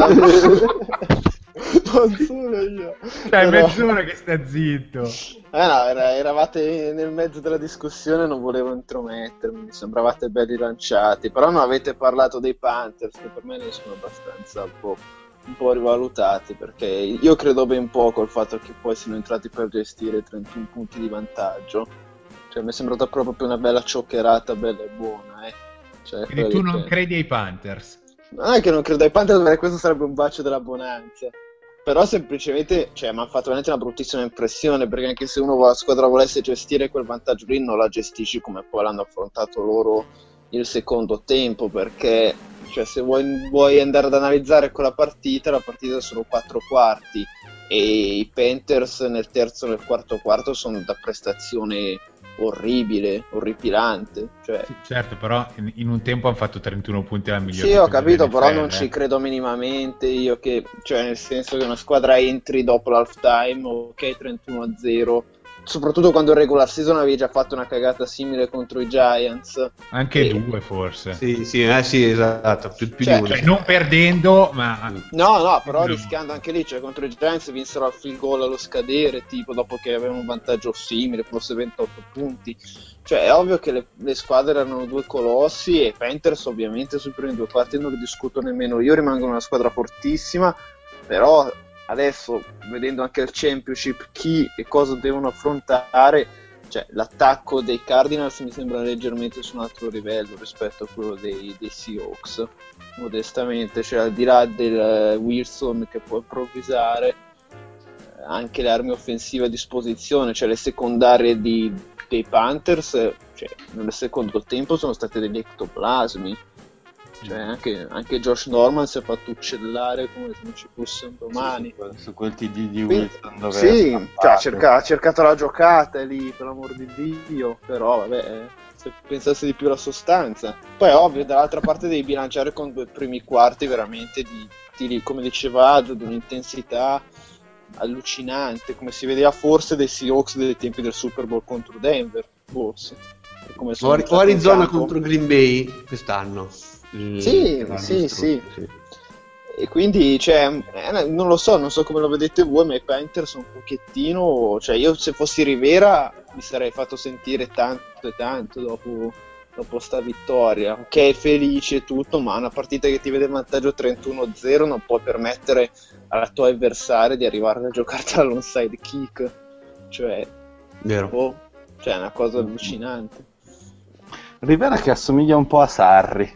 Non sono io. Dai, Però- mezz'ora che sta zitto. Eh no, era- eravate nel mezzo della discussione, non volevo intromettermi, mi sembravate belli lanciati, però non avete parlato dei Panthers, che per me ne sono abbastanza un po', un po' rivalutati, perché io credo ben poco al fatto che poi siano entrati per gestire trentuno punti di vantaggio. Cioè mi è sembrata proprio una bella cioccherata, bella e buona, eh. Cioè, Quindi tu quelli non che- credi ai Panthers? Non è che non credo ai Panthers, perché questo sarebbe un bacio della bonanza. Però semplicemente, cioè, mi ha fatto veramente una bruttissima impressione, perché anche se uno la squadra volesse gestire quel vantaggio lì, non la gestisci come poi l'hanno affrontato loro il secondo tempo, perché cioè, se vuoi, vuoi andare ad analizzare quella partita, la partita sono quattro quarti e i Panthers nel terzo e nel quarto quarto sono da prestazione orribile, orripilante, cioè Sì, certo, però in, in un tempo hanno fatto trentuno punti alla migliore. sì, ho difesa capito, dell'N F L, però non eh. ci credo minimamente io che, cioè nel senso che una squadra entri dopo l'halftime, ok, trentuno a zero, soprattutto quando in regular season avevi già fatto una cagata simile contro i Giants. Anche Eh, due forse. Sì, sì, eh, sì, esatto, più, più Cioè, di uno. Cioè, non perdendo, ma No, no, però No. rischiando anche lì, cioè contro i Giants vinsero al field goal allo scadere, tipo dopo che avevano un vantaggio simile, forse ventotto punti. Cioè è ovvio che le, le squadre erano due colossi e i Panthers ovviamente sui primi due quarti non li discuto nemmeno io, rimangono una squadra fortissima, però adesso vedendo anche il Championship chi e cosa devono affrontare, cioè, l'attacco dei Cardinals mi sembra leggermente su un altro livello rispetto a quello dei, dei Seahawks, modestamente, cioè al di là del uh, Wilson che può improvvisare, eh, anche le armi offensive a disposizione, cioè le secondarie di, dei Panthers, cioè, nel secondo tempo sono state degli ectoplasmi, cioè anche, anche Josh Norman si è fatto uccellare come se non ci fosse un domani. Sì, su, quel, su quel T D di Quindi, Wilson dove sì, è cioè, ha, cercato, ha cercato la giocata è lì, per l'amor di Dio, però vabbè, eh, se pensasse di più alla sostanza. Poi è ovvio, dall'altra parte devi bilanciare con due primi quarti veramente di, di come diceva Adro, di un'intensità allucinante, come si vedeva forse dei Seahawks dei tempi del Super Bowl contro Denver, forse. Come O, o Arizona contro Green Bay quest'anno. Sì, sì, sì, sì. E quindi, cioè, eh, non lo so, non so come lo vedete voi, ma i Panthers un pochettino, cioè io se fossi Rivera mi sarei fatto sentire tanto e tanto dopo, dopo sta vittoria. Ok, felice e tutto, ma una partita che ti vede in vantaggio trentuno a zero non puoi permettere alla tua avversaria di arrivare a giocarti all'onside kick, cioè, vero. Oh, cioè è una cosa allucinante. Rivera che assomiglia un po' a Sarri.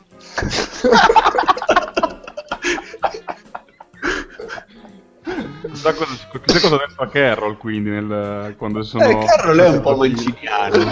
Chissà cosa, chissà cosa adesso a Carroll, quindi nel, quando sono eh, Carroll è un po' manciniano.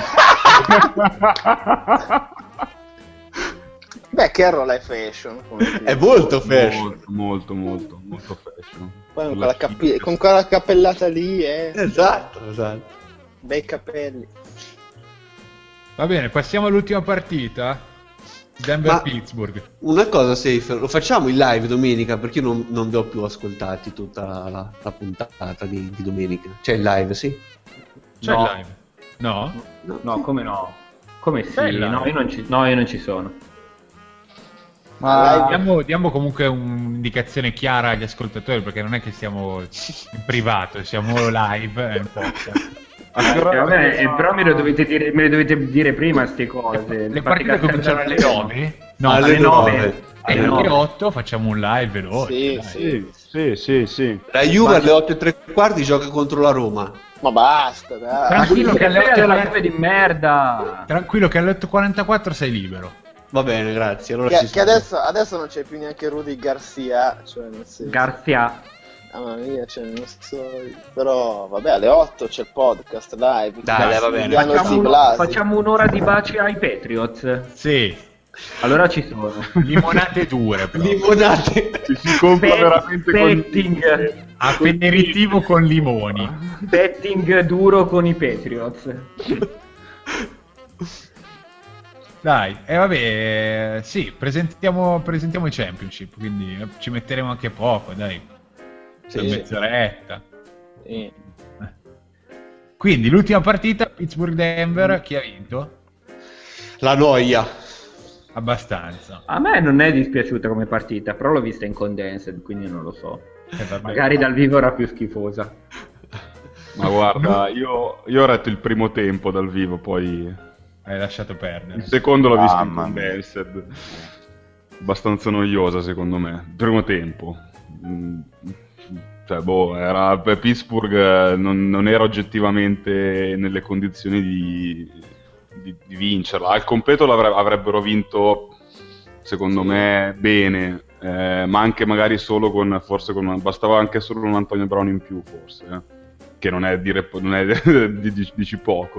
Beh, Carroll è fashion, è molto fashion, molto molto molto, molto fashion. Poi con quella, capi- con quella cappellata lì è eh. esatto, esatto, bei capelli. Va bene, passiamo all'ultima partita. Denver-Pittsburgh. Una cosa, Safe, lo facciamo in live domenica, perché io non, non vi ho più ascoltati tutta la, la puntata di, di domenica. C'è il live, sì? C'è no. il live? No? No, no, come no? Come sì? Bella. No, io non ci, no, io non ci sono. Ma diamo, diamo comunque un'indicazione chiara agli ascoltatori, perché non è che siamo in privato, siamo live. È un po'. Eh, vabbè, eh, però me lo dovete dire, me le dovete dire prima ste cose. Le partite cominciano alle nove? No, alle nove. E alle otto facciamo un live veloce. Sì, sì, sì, sì, sì. La Juve alle otto e tre quarti gioca contro la Roma. Ma basta, dai. Tranquillo che alle otto della Juve di merda. Tranquillo che alle otto e quarantaquattro sei libero. Va bene, grazie. Allora che ci che adesso, adesso non c'è più neanche Rudy Garcia, cioè nel senso... Garcia. Mamma mia, cioè, non so, però vabbè, alle otto c'è il podcast live. Dai, dai, va bene. Facciamo, uno, facciamo un'ora di baci ai Patriots. Sì. Allora ci sono. Limonate dure. Però. Limonate. Ci si compra Bet, veramente betting. con... Aperitivo con limoni. Betting duro con i Patriots. Dai, e eh, vabbè, sì, presentiamo, presentiamo i championship, quindi ci metteremo anche poco, dai. Sì, Per mezz'oretta. Sì. Quindi l'ultima partita Pittsburgh-Denver, chi ha vinto? La noia. Abbastanza. A me non è dispiaciuta come partita, però l'ho vista in condensed, quindi non lo so. Eh, vabbè. Magari dal vivo era più schifosa. Ma guarda, io, io ho retto il primo tempo dal vivo, poi Hai lasciato perdere. il secondo l'ho visto Ah, in mamma mia. condensed. Abbastanza noiosa secondo me. Il primo tempo. Mm, Cioè, boh, era per Pittsburgh, eh, non, non era oggettivamente nelle condizioni di, di, di vincerla. Al completo l'avre- avrebbero vinto, secondo me, bene, eh, ma anche magari solo con, forse con, bastava anche solo un Antonio Brown in più, forse, eh, che non è dire, non è di, di, dici poco.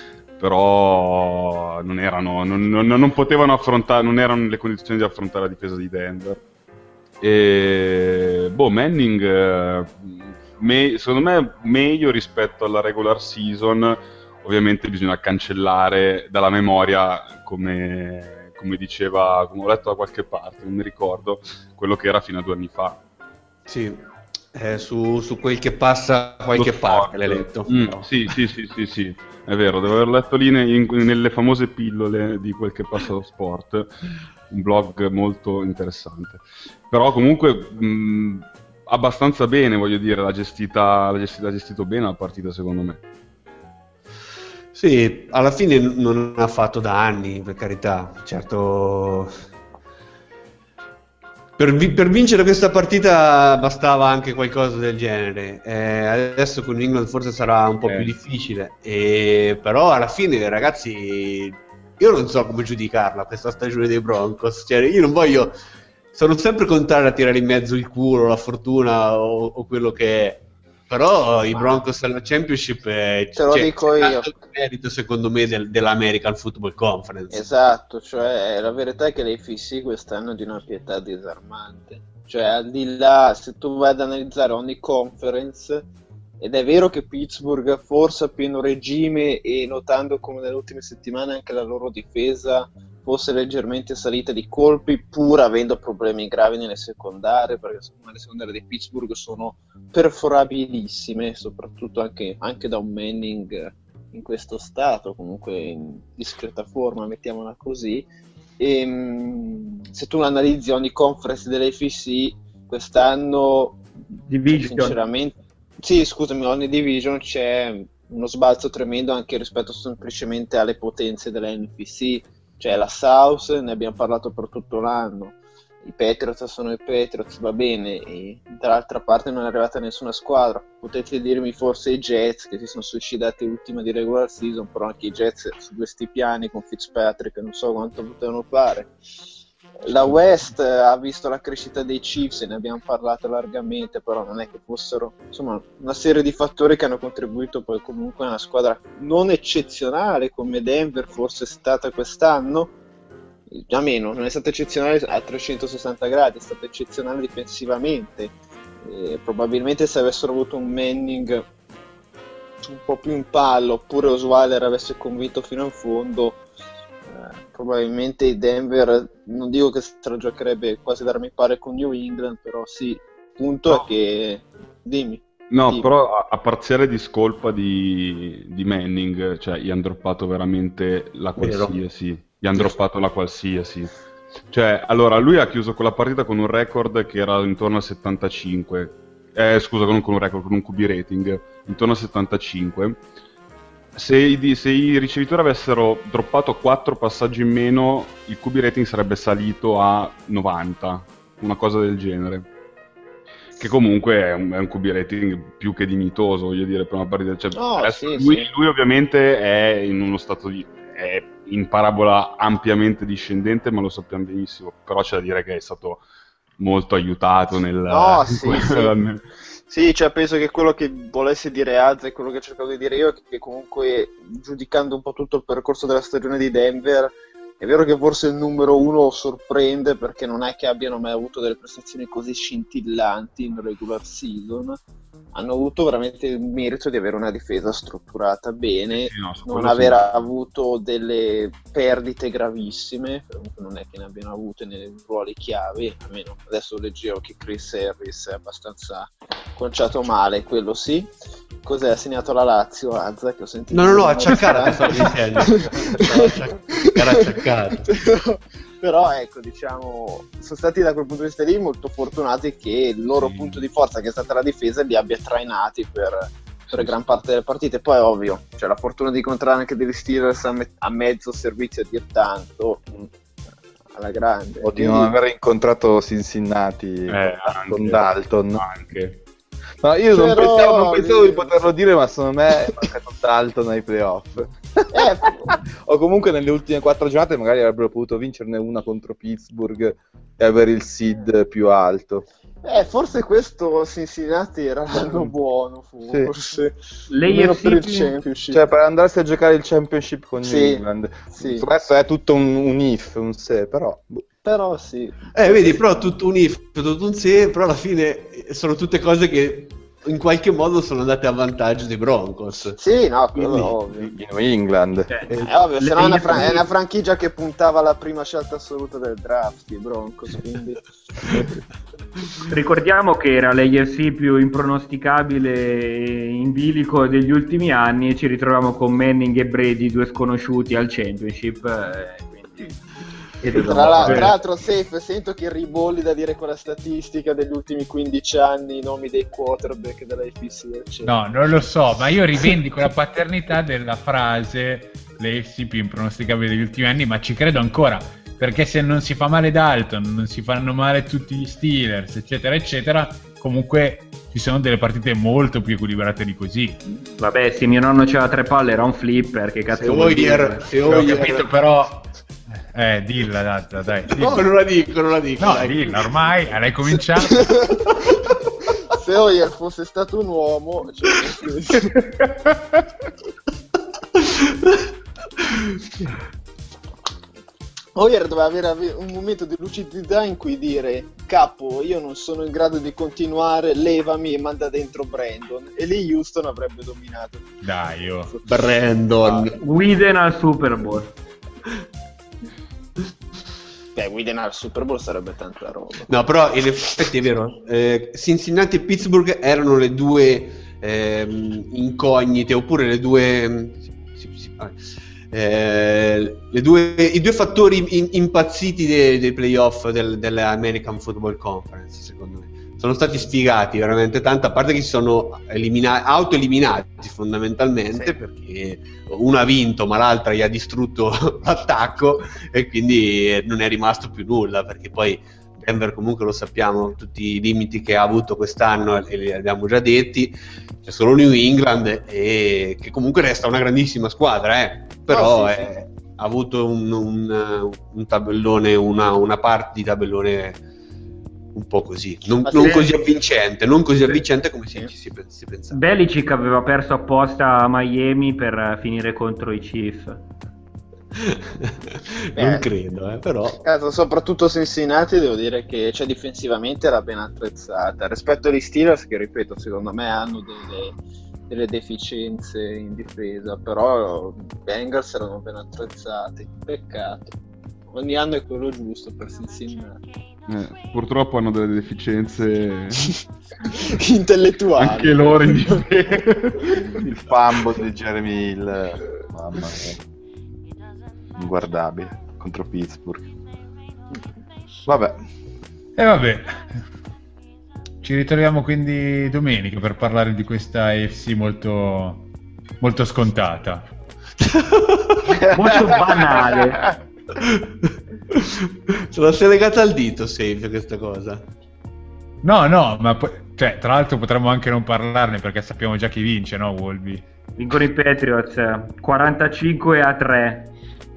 Però non erano, non, non, non potevano affrontare, non erano nelle condizioni di affrontare la difesa di Denver. E boh, Manning eh, me, secondo me meglio rispetto alla regular season. Ovviamente bisogna cancellare dalla memoria, come, come diceva, come ho letto da qualche parte, non mi ricordo, quello che era fino a due anni fa. Sì, eh, su, su quel che passa qualche Lo parte sport. l'hai letto. Mm, No. sì, sì, sì, sì, sì, è vero, devo aver letto lì ne- in- nelle famose pillole di quel che passa lo sport, un blog molto interessante. Però comunque mh, abbastanza bene, voglio dire, l'ha gestita, l'ha gestita, l'ha gestito bene la partita, secondo me. Sì, alla fine n- non ha fatto danni, per carità. Certo, Per, vi- per vincere questa partita bastava anche qualcosa del genere. Eh, adesso con England forse sarà un po' Eh. più difficile. E, però alla fine, ragazzi, io non so come giudicarla questa stagione dei Broncos. Cioè, io non voglio. Sono sempre contrario a tirare in mezzo il culo, la fortuna o, o quello che è. Però i Broncos alla Championship eh, Te lo c'è- dico c'è io. tanto merito secondo me del- dell'American Football Conference. Esatto, cioè la verità è che l'A F C quest'anno è di una pietà disarmante. Cioè, al di là, se tu vai ad analizzare ogni conference, ed è vero che Pittsburgh forse a pieno regime e notando come nelle ultime settimane anche la loro difesa fosse leggermente salita di colpi, pur avendo problemi gravi nelle secondarie, perché secondo me le secondarie di Pittsburgh sono perforabilissime, soprattutto anche, anche da un Manning in questo stato, comunque in discreta forma, mettiamola così. E, mh, se tu analizzi ogni conference dell'A F C quest'anno, Division. sinceramente, sì, scusami, ogni division c'è uno sbalzo tremendo anche rispetto semplicemente alle potenze della N F C. Cioè la South, ne abbiamo parlato per tutto l'anno, i Patriots sono i Patriots, va bene, e dall'altra parte non è arrivata nessuna squadra. Potete dirmi forse i Jets che si sono suicidati ultima di regular season, però anche i Jets su questi piani con Fitzpatrick non so quanto potevano fare. La West ha visto la crescita dei Chiefs e ne abbiamo parlato largamente, però non è che fossero, insomma, una serie di fattori che hanno contribuito poi comunque a una squadra non eccezionale come Denver forse è stata quest'anno, già meno, non è stata eccezionale a trecentosessanta gradi, è stata eccezionale difensivamente. E probabilmente se avessero avuto un Manning un po' più in pallo oppure Osweiler avesse convinto fino in fondo, probabilmente i Denver, non dico che se la giocherebbe quasi d'armi pari con New England, però sì, il punto No. è che dimmi. No, Dimmi. però a, a parziale discolpa di, di Manning, cioè gli hanno droppato veramente la Vero. qualsiasi, gli hanno droppato la qualsiasi. Cioè, allora, lui ha chiuso quella partita con un record che era intorno al settantacinque, eh, scusa, non con un record, con un Q B rating intorno al settantacinque. Se i, se i ricevitori avessero droppato quattro passaggi in meno, il Q B rating sarebbe salito a novanta, una cosa del genere. Che comunque è un, è un Q B rating più che dignitoso, voglio dire, per una partita. Cioè, No, adesso sì, lui, sì. lui ovviamente è in uno stato di... è in parabola ampiamente discendente, ma lo sappiamo benissimo. Però c'è da dire che è stato molto aiutato nel... No, sì, sì. nel- Sì, cioè penso che quello che volesse dire Az e quello che cercavo di dire io è che comunque, giudicando un po' tutto il percorso della stagione di Denver, è vero che forse il numero uno sorprende perché non è che abbiano mai avuto delle prestazioni così scintillanti in regular season. Hanno avuto veramente il merito di avere una difesa strutturata bene, Sì, no, su non quello sì. aver avuto delle perdite gravissime, comunque non è che ne abbiano avute nei ruoli chiave, almeno adesso leggevo che Chris Harris è abbastanza conciato male, quello sì. Cos'è, ha segnato la Lazio, Azza, che ho sentito? No, no, no, acciaccata, stavo dicendo. Era acciaccata. Però, però ecco, diciamo, sono stati da quel punto di vista lì molto fortunati che il loro Sì. punto di forza, che è stata la difesa, li abbia trainati per, per Sì, gran sì. parte delle partite. Poi ovvio, c'è la fortuna di incontrare anche degli Steelers a, me- a mezzo servizio a dir tanto, alla grande. O di Quindi- non aver incontrato Cincinnati Eh, con anche. Dalton. Anche. No, io non Però- pensavo, non pensavo di poterlo dire, ma secondo me è mancato Dalton ai playoff. Eh, O comunque nelle ultime quattro giornate magari avrebbero potuto vincerne una contro Pittsburgh e avere il seed più alto. eh, forse questo Cincinnati era l'anno buono, forse. L'A Almeno F C per il più- championship. Cioè per andarsi a giocare il championship con Sì, New England. sì. Insomma, adesso è tutto un, un if, un se, però... boh. Però sì. Eh, vedi, però tutto un if, tutto un se, però alla fine sono tutte cose che in qualche modo sono andate a vantaggio dei Broncos. Sì, no, quello Quindi- è ovvio. In New England. Cioè, È ovvio, se no è una, fra- le- è una franchigia che puntava alla prima scelta assoluta del draft, i Broncos, quindi... Ricordiamo che era l'A F C più impronosticabile e in bilico degli ultimi anni e ci ritroviamo con Manning e Brady, due sconosciuti al championship. eh, quindi... e Tra, dobbiamo la- fare- tra l'altro, Safe, sento che ribolli da dire quella statistica degli ultimi quindici anni, i nomi dei quarterback della F C, eccetera. No, non lo so, ma io rivendico la paternità della frase l'A F C più impronosticabile degli ultimi anni, ma ci credo ancora. perché se non si fa male Dalton, non si fanno male tutti gli Steelers, eccetera, eccetera, comunque ci sono delle partite molto più equilibrate di così. Vabbè, se mio nonno c'aveva tre palle era un flipper, che cazzo vuol dire? Se Ho Hoyer... capito, però... Eh, dilla, dai, dai. Dilla. No, non la dico, non la dico. No, dai. dilla, ormai l'hai cominciato. Se Hoyer fosse stato un uomo, cioè... Hoyer doveva avere ave- un momento di lucidità in cui dire: capo, io non sono in grado di continuare, levami e manda dentro Brandon, e lì Houston avrebbe dominato. Dai, io. Brandon. Whedon al Super Bowl. Beh, Whedon al Super Bowl sarebbe tanta roba. No, però in effetti è vero. Eh, Cincinnati e Pittsburgh erano le due ehm, incognite, oppure le due... Sì, sì, ah, eh, le due i due fattori in, impazziti dei, dei playoff del, dell'American Football Conference, secondo me. Sono stati sfigati veramente tanto, a parte che si sono elimina- auto-eliminati fondamentalmente, sì, perché uno ha vinto ma l'altra gli ha distrutto l'attacco e quindi non è rimasto più nulla, perché poi Denver comunque lo sappiamo, tutti i limiti che ha avuto quest'anno e li abbiamo già detti, c'è solo New England e che comunque resta una grandissima squadra, eh. però oh, sì, è, sì. ha avuto un, un, un tabellone, una, una parte di tabellone un po' così, non, non così avvincente, non così avvincente come si, si, si pensava. Belichick aveva perso apposta a Miami per finire contro i Chiefs. Non credo, eh, però. Cazzo, soprattutto Cincinnati, devo dire che cioè, difensivamente era ben attrezzata rispetto agli Steelers, che ripeto, secondo me hanno delle, delle deficienze in difesa, però i Bengals erano ben attrezzati. Peccato. Ogni anno è quello giusto per Cincinnati. Eh, purtroppo hanno delle deficienze intellettuali. Anche loro in difesa. Il fumble di Jeremy Hill, mamma mia, inguardabile contro Pittsburgh. Vabbè. E vabbè. Ci ritroviamo quindi domenica per parlare di questa A F C molto molto scontata. Molto banale. Se la sei legata al dito, Save, questa cosa. No, no, ma poi, cioè, tra l'altro potremmo anche non parlarne perché sappiamo già chi vince, no, Wolby? Vincono i Patriots quarantacinque a tre.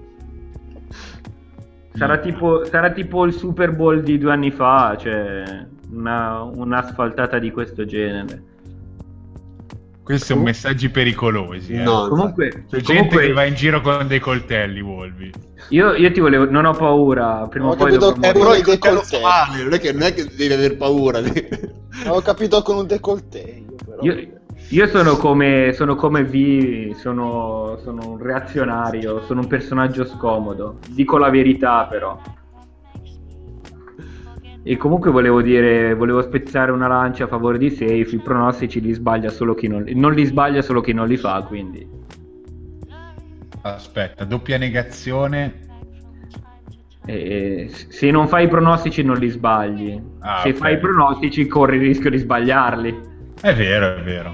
Sarà tipo, sarà tipo il Super Bowl di due anni fa, cioè una, un'asfaltata di questo genere. Questi sono messaggi pericolosi, eh. No, comunque, c'è gente comunque, che va in giro con dei coltelli, Wolby. Io, io ti volevo, non ho paura, prima Ho o poi capito, dovrò eh, morire. però il i coltello decolletti. fa male, non è che, non è che devi aver paura. Ho capito con un décolleté. Però. Io, io sono come sono come V, sono, sono un reazionario, sono un personaggio scomodo. Dico la verità, però. E comunque volevo dire, volevo spezzare una lancia a favore di Safe. I pronostici li sbaglia solo chi non, non li sbaglia solo chi non li fa, quindi. Aspetta, doppia negazione. E se non fai i pronostici non li sbagli. Ah, se ok. fai i pronostici corri il rischio di sbagliarli. È vero, è vero.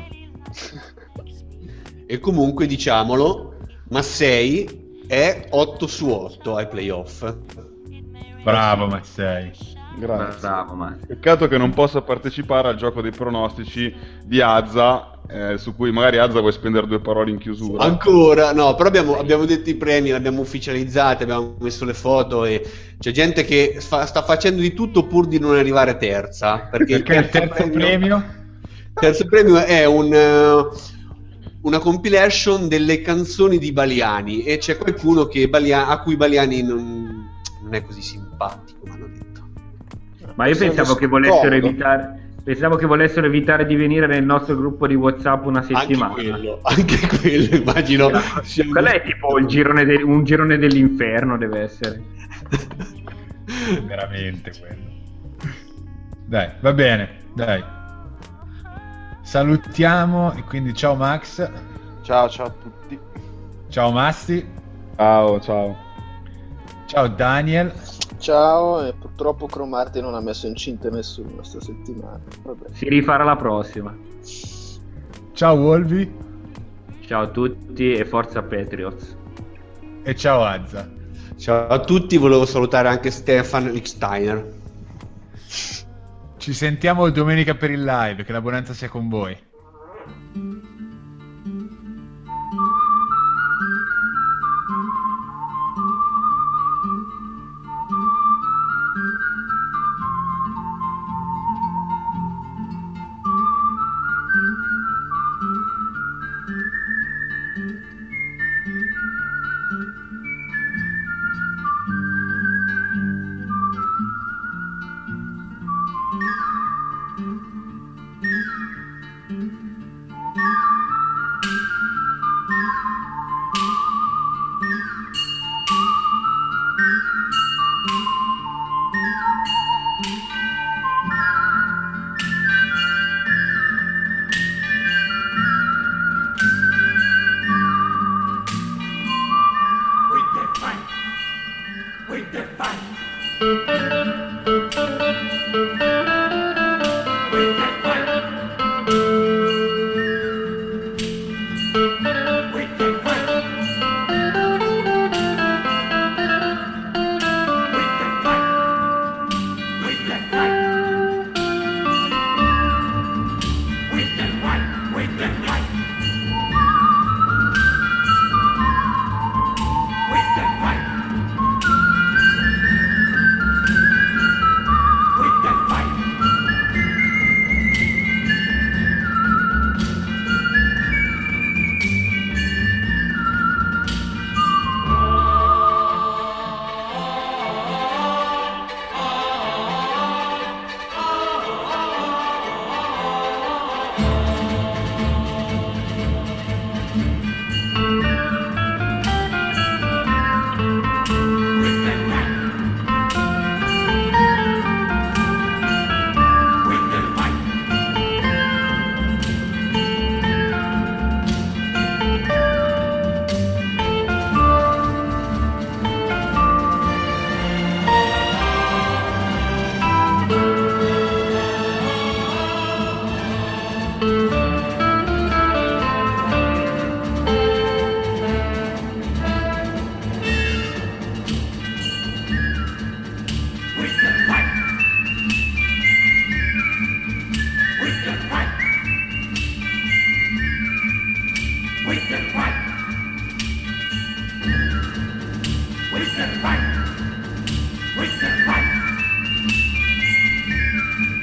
E comunque diciamolo, Massei è otto su otto ai playoff. Bravo Massei. Grazie. Bravo, ma Peccato che non possa partecipare al gioco dei pronostici di Azza, eh, su cui magari Azza vuoi spendere due parole in chiusura. Ancora, no, però abbiamo, abbiamo detto i premi, li abbiamo ufficializzati, abbiamo messo le foto e c'è gente che fa, sta facendo di tutto pur di non arrivare terza. Perché, Perché il terzo premio? Il terzo premio è un, uh, una compilation delle canzoni di Baliani e c'è qualcuno che Balia- a cui Baliani non, non è così simpatico, mi hanno detto. Ma io Sarebbe pensavo che volessero scomodo. evitare pensavo che volessero evitare di venire nel nostro gruppo di WhatsApp una Anche settimana. quello, anche quello immagino. sia un- Quello è tipo il girone de- un girone dell'inferno deve essere. Veramente quello. Dai, va bene, dai. Salutiamo e quindi ciao Max, Ciao, ciao a tutti. ciao Masti, Ciao, ciao. ciao Daniel. Ciao, e purtroppo Cromarty non ha messo incinta nessuno questa settimana. Vabbè. Si rifarà la prossima. Ciao Wolby Ciao a tutti e forza Patriots. e ciao Azza. Ciao a tutti, volevo salutare anche Stefan Lichtsteiner. Ci sentiamo domenica per il live, che la buonanza sia con voi.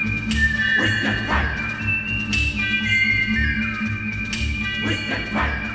We can fight.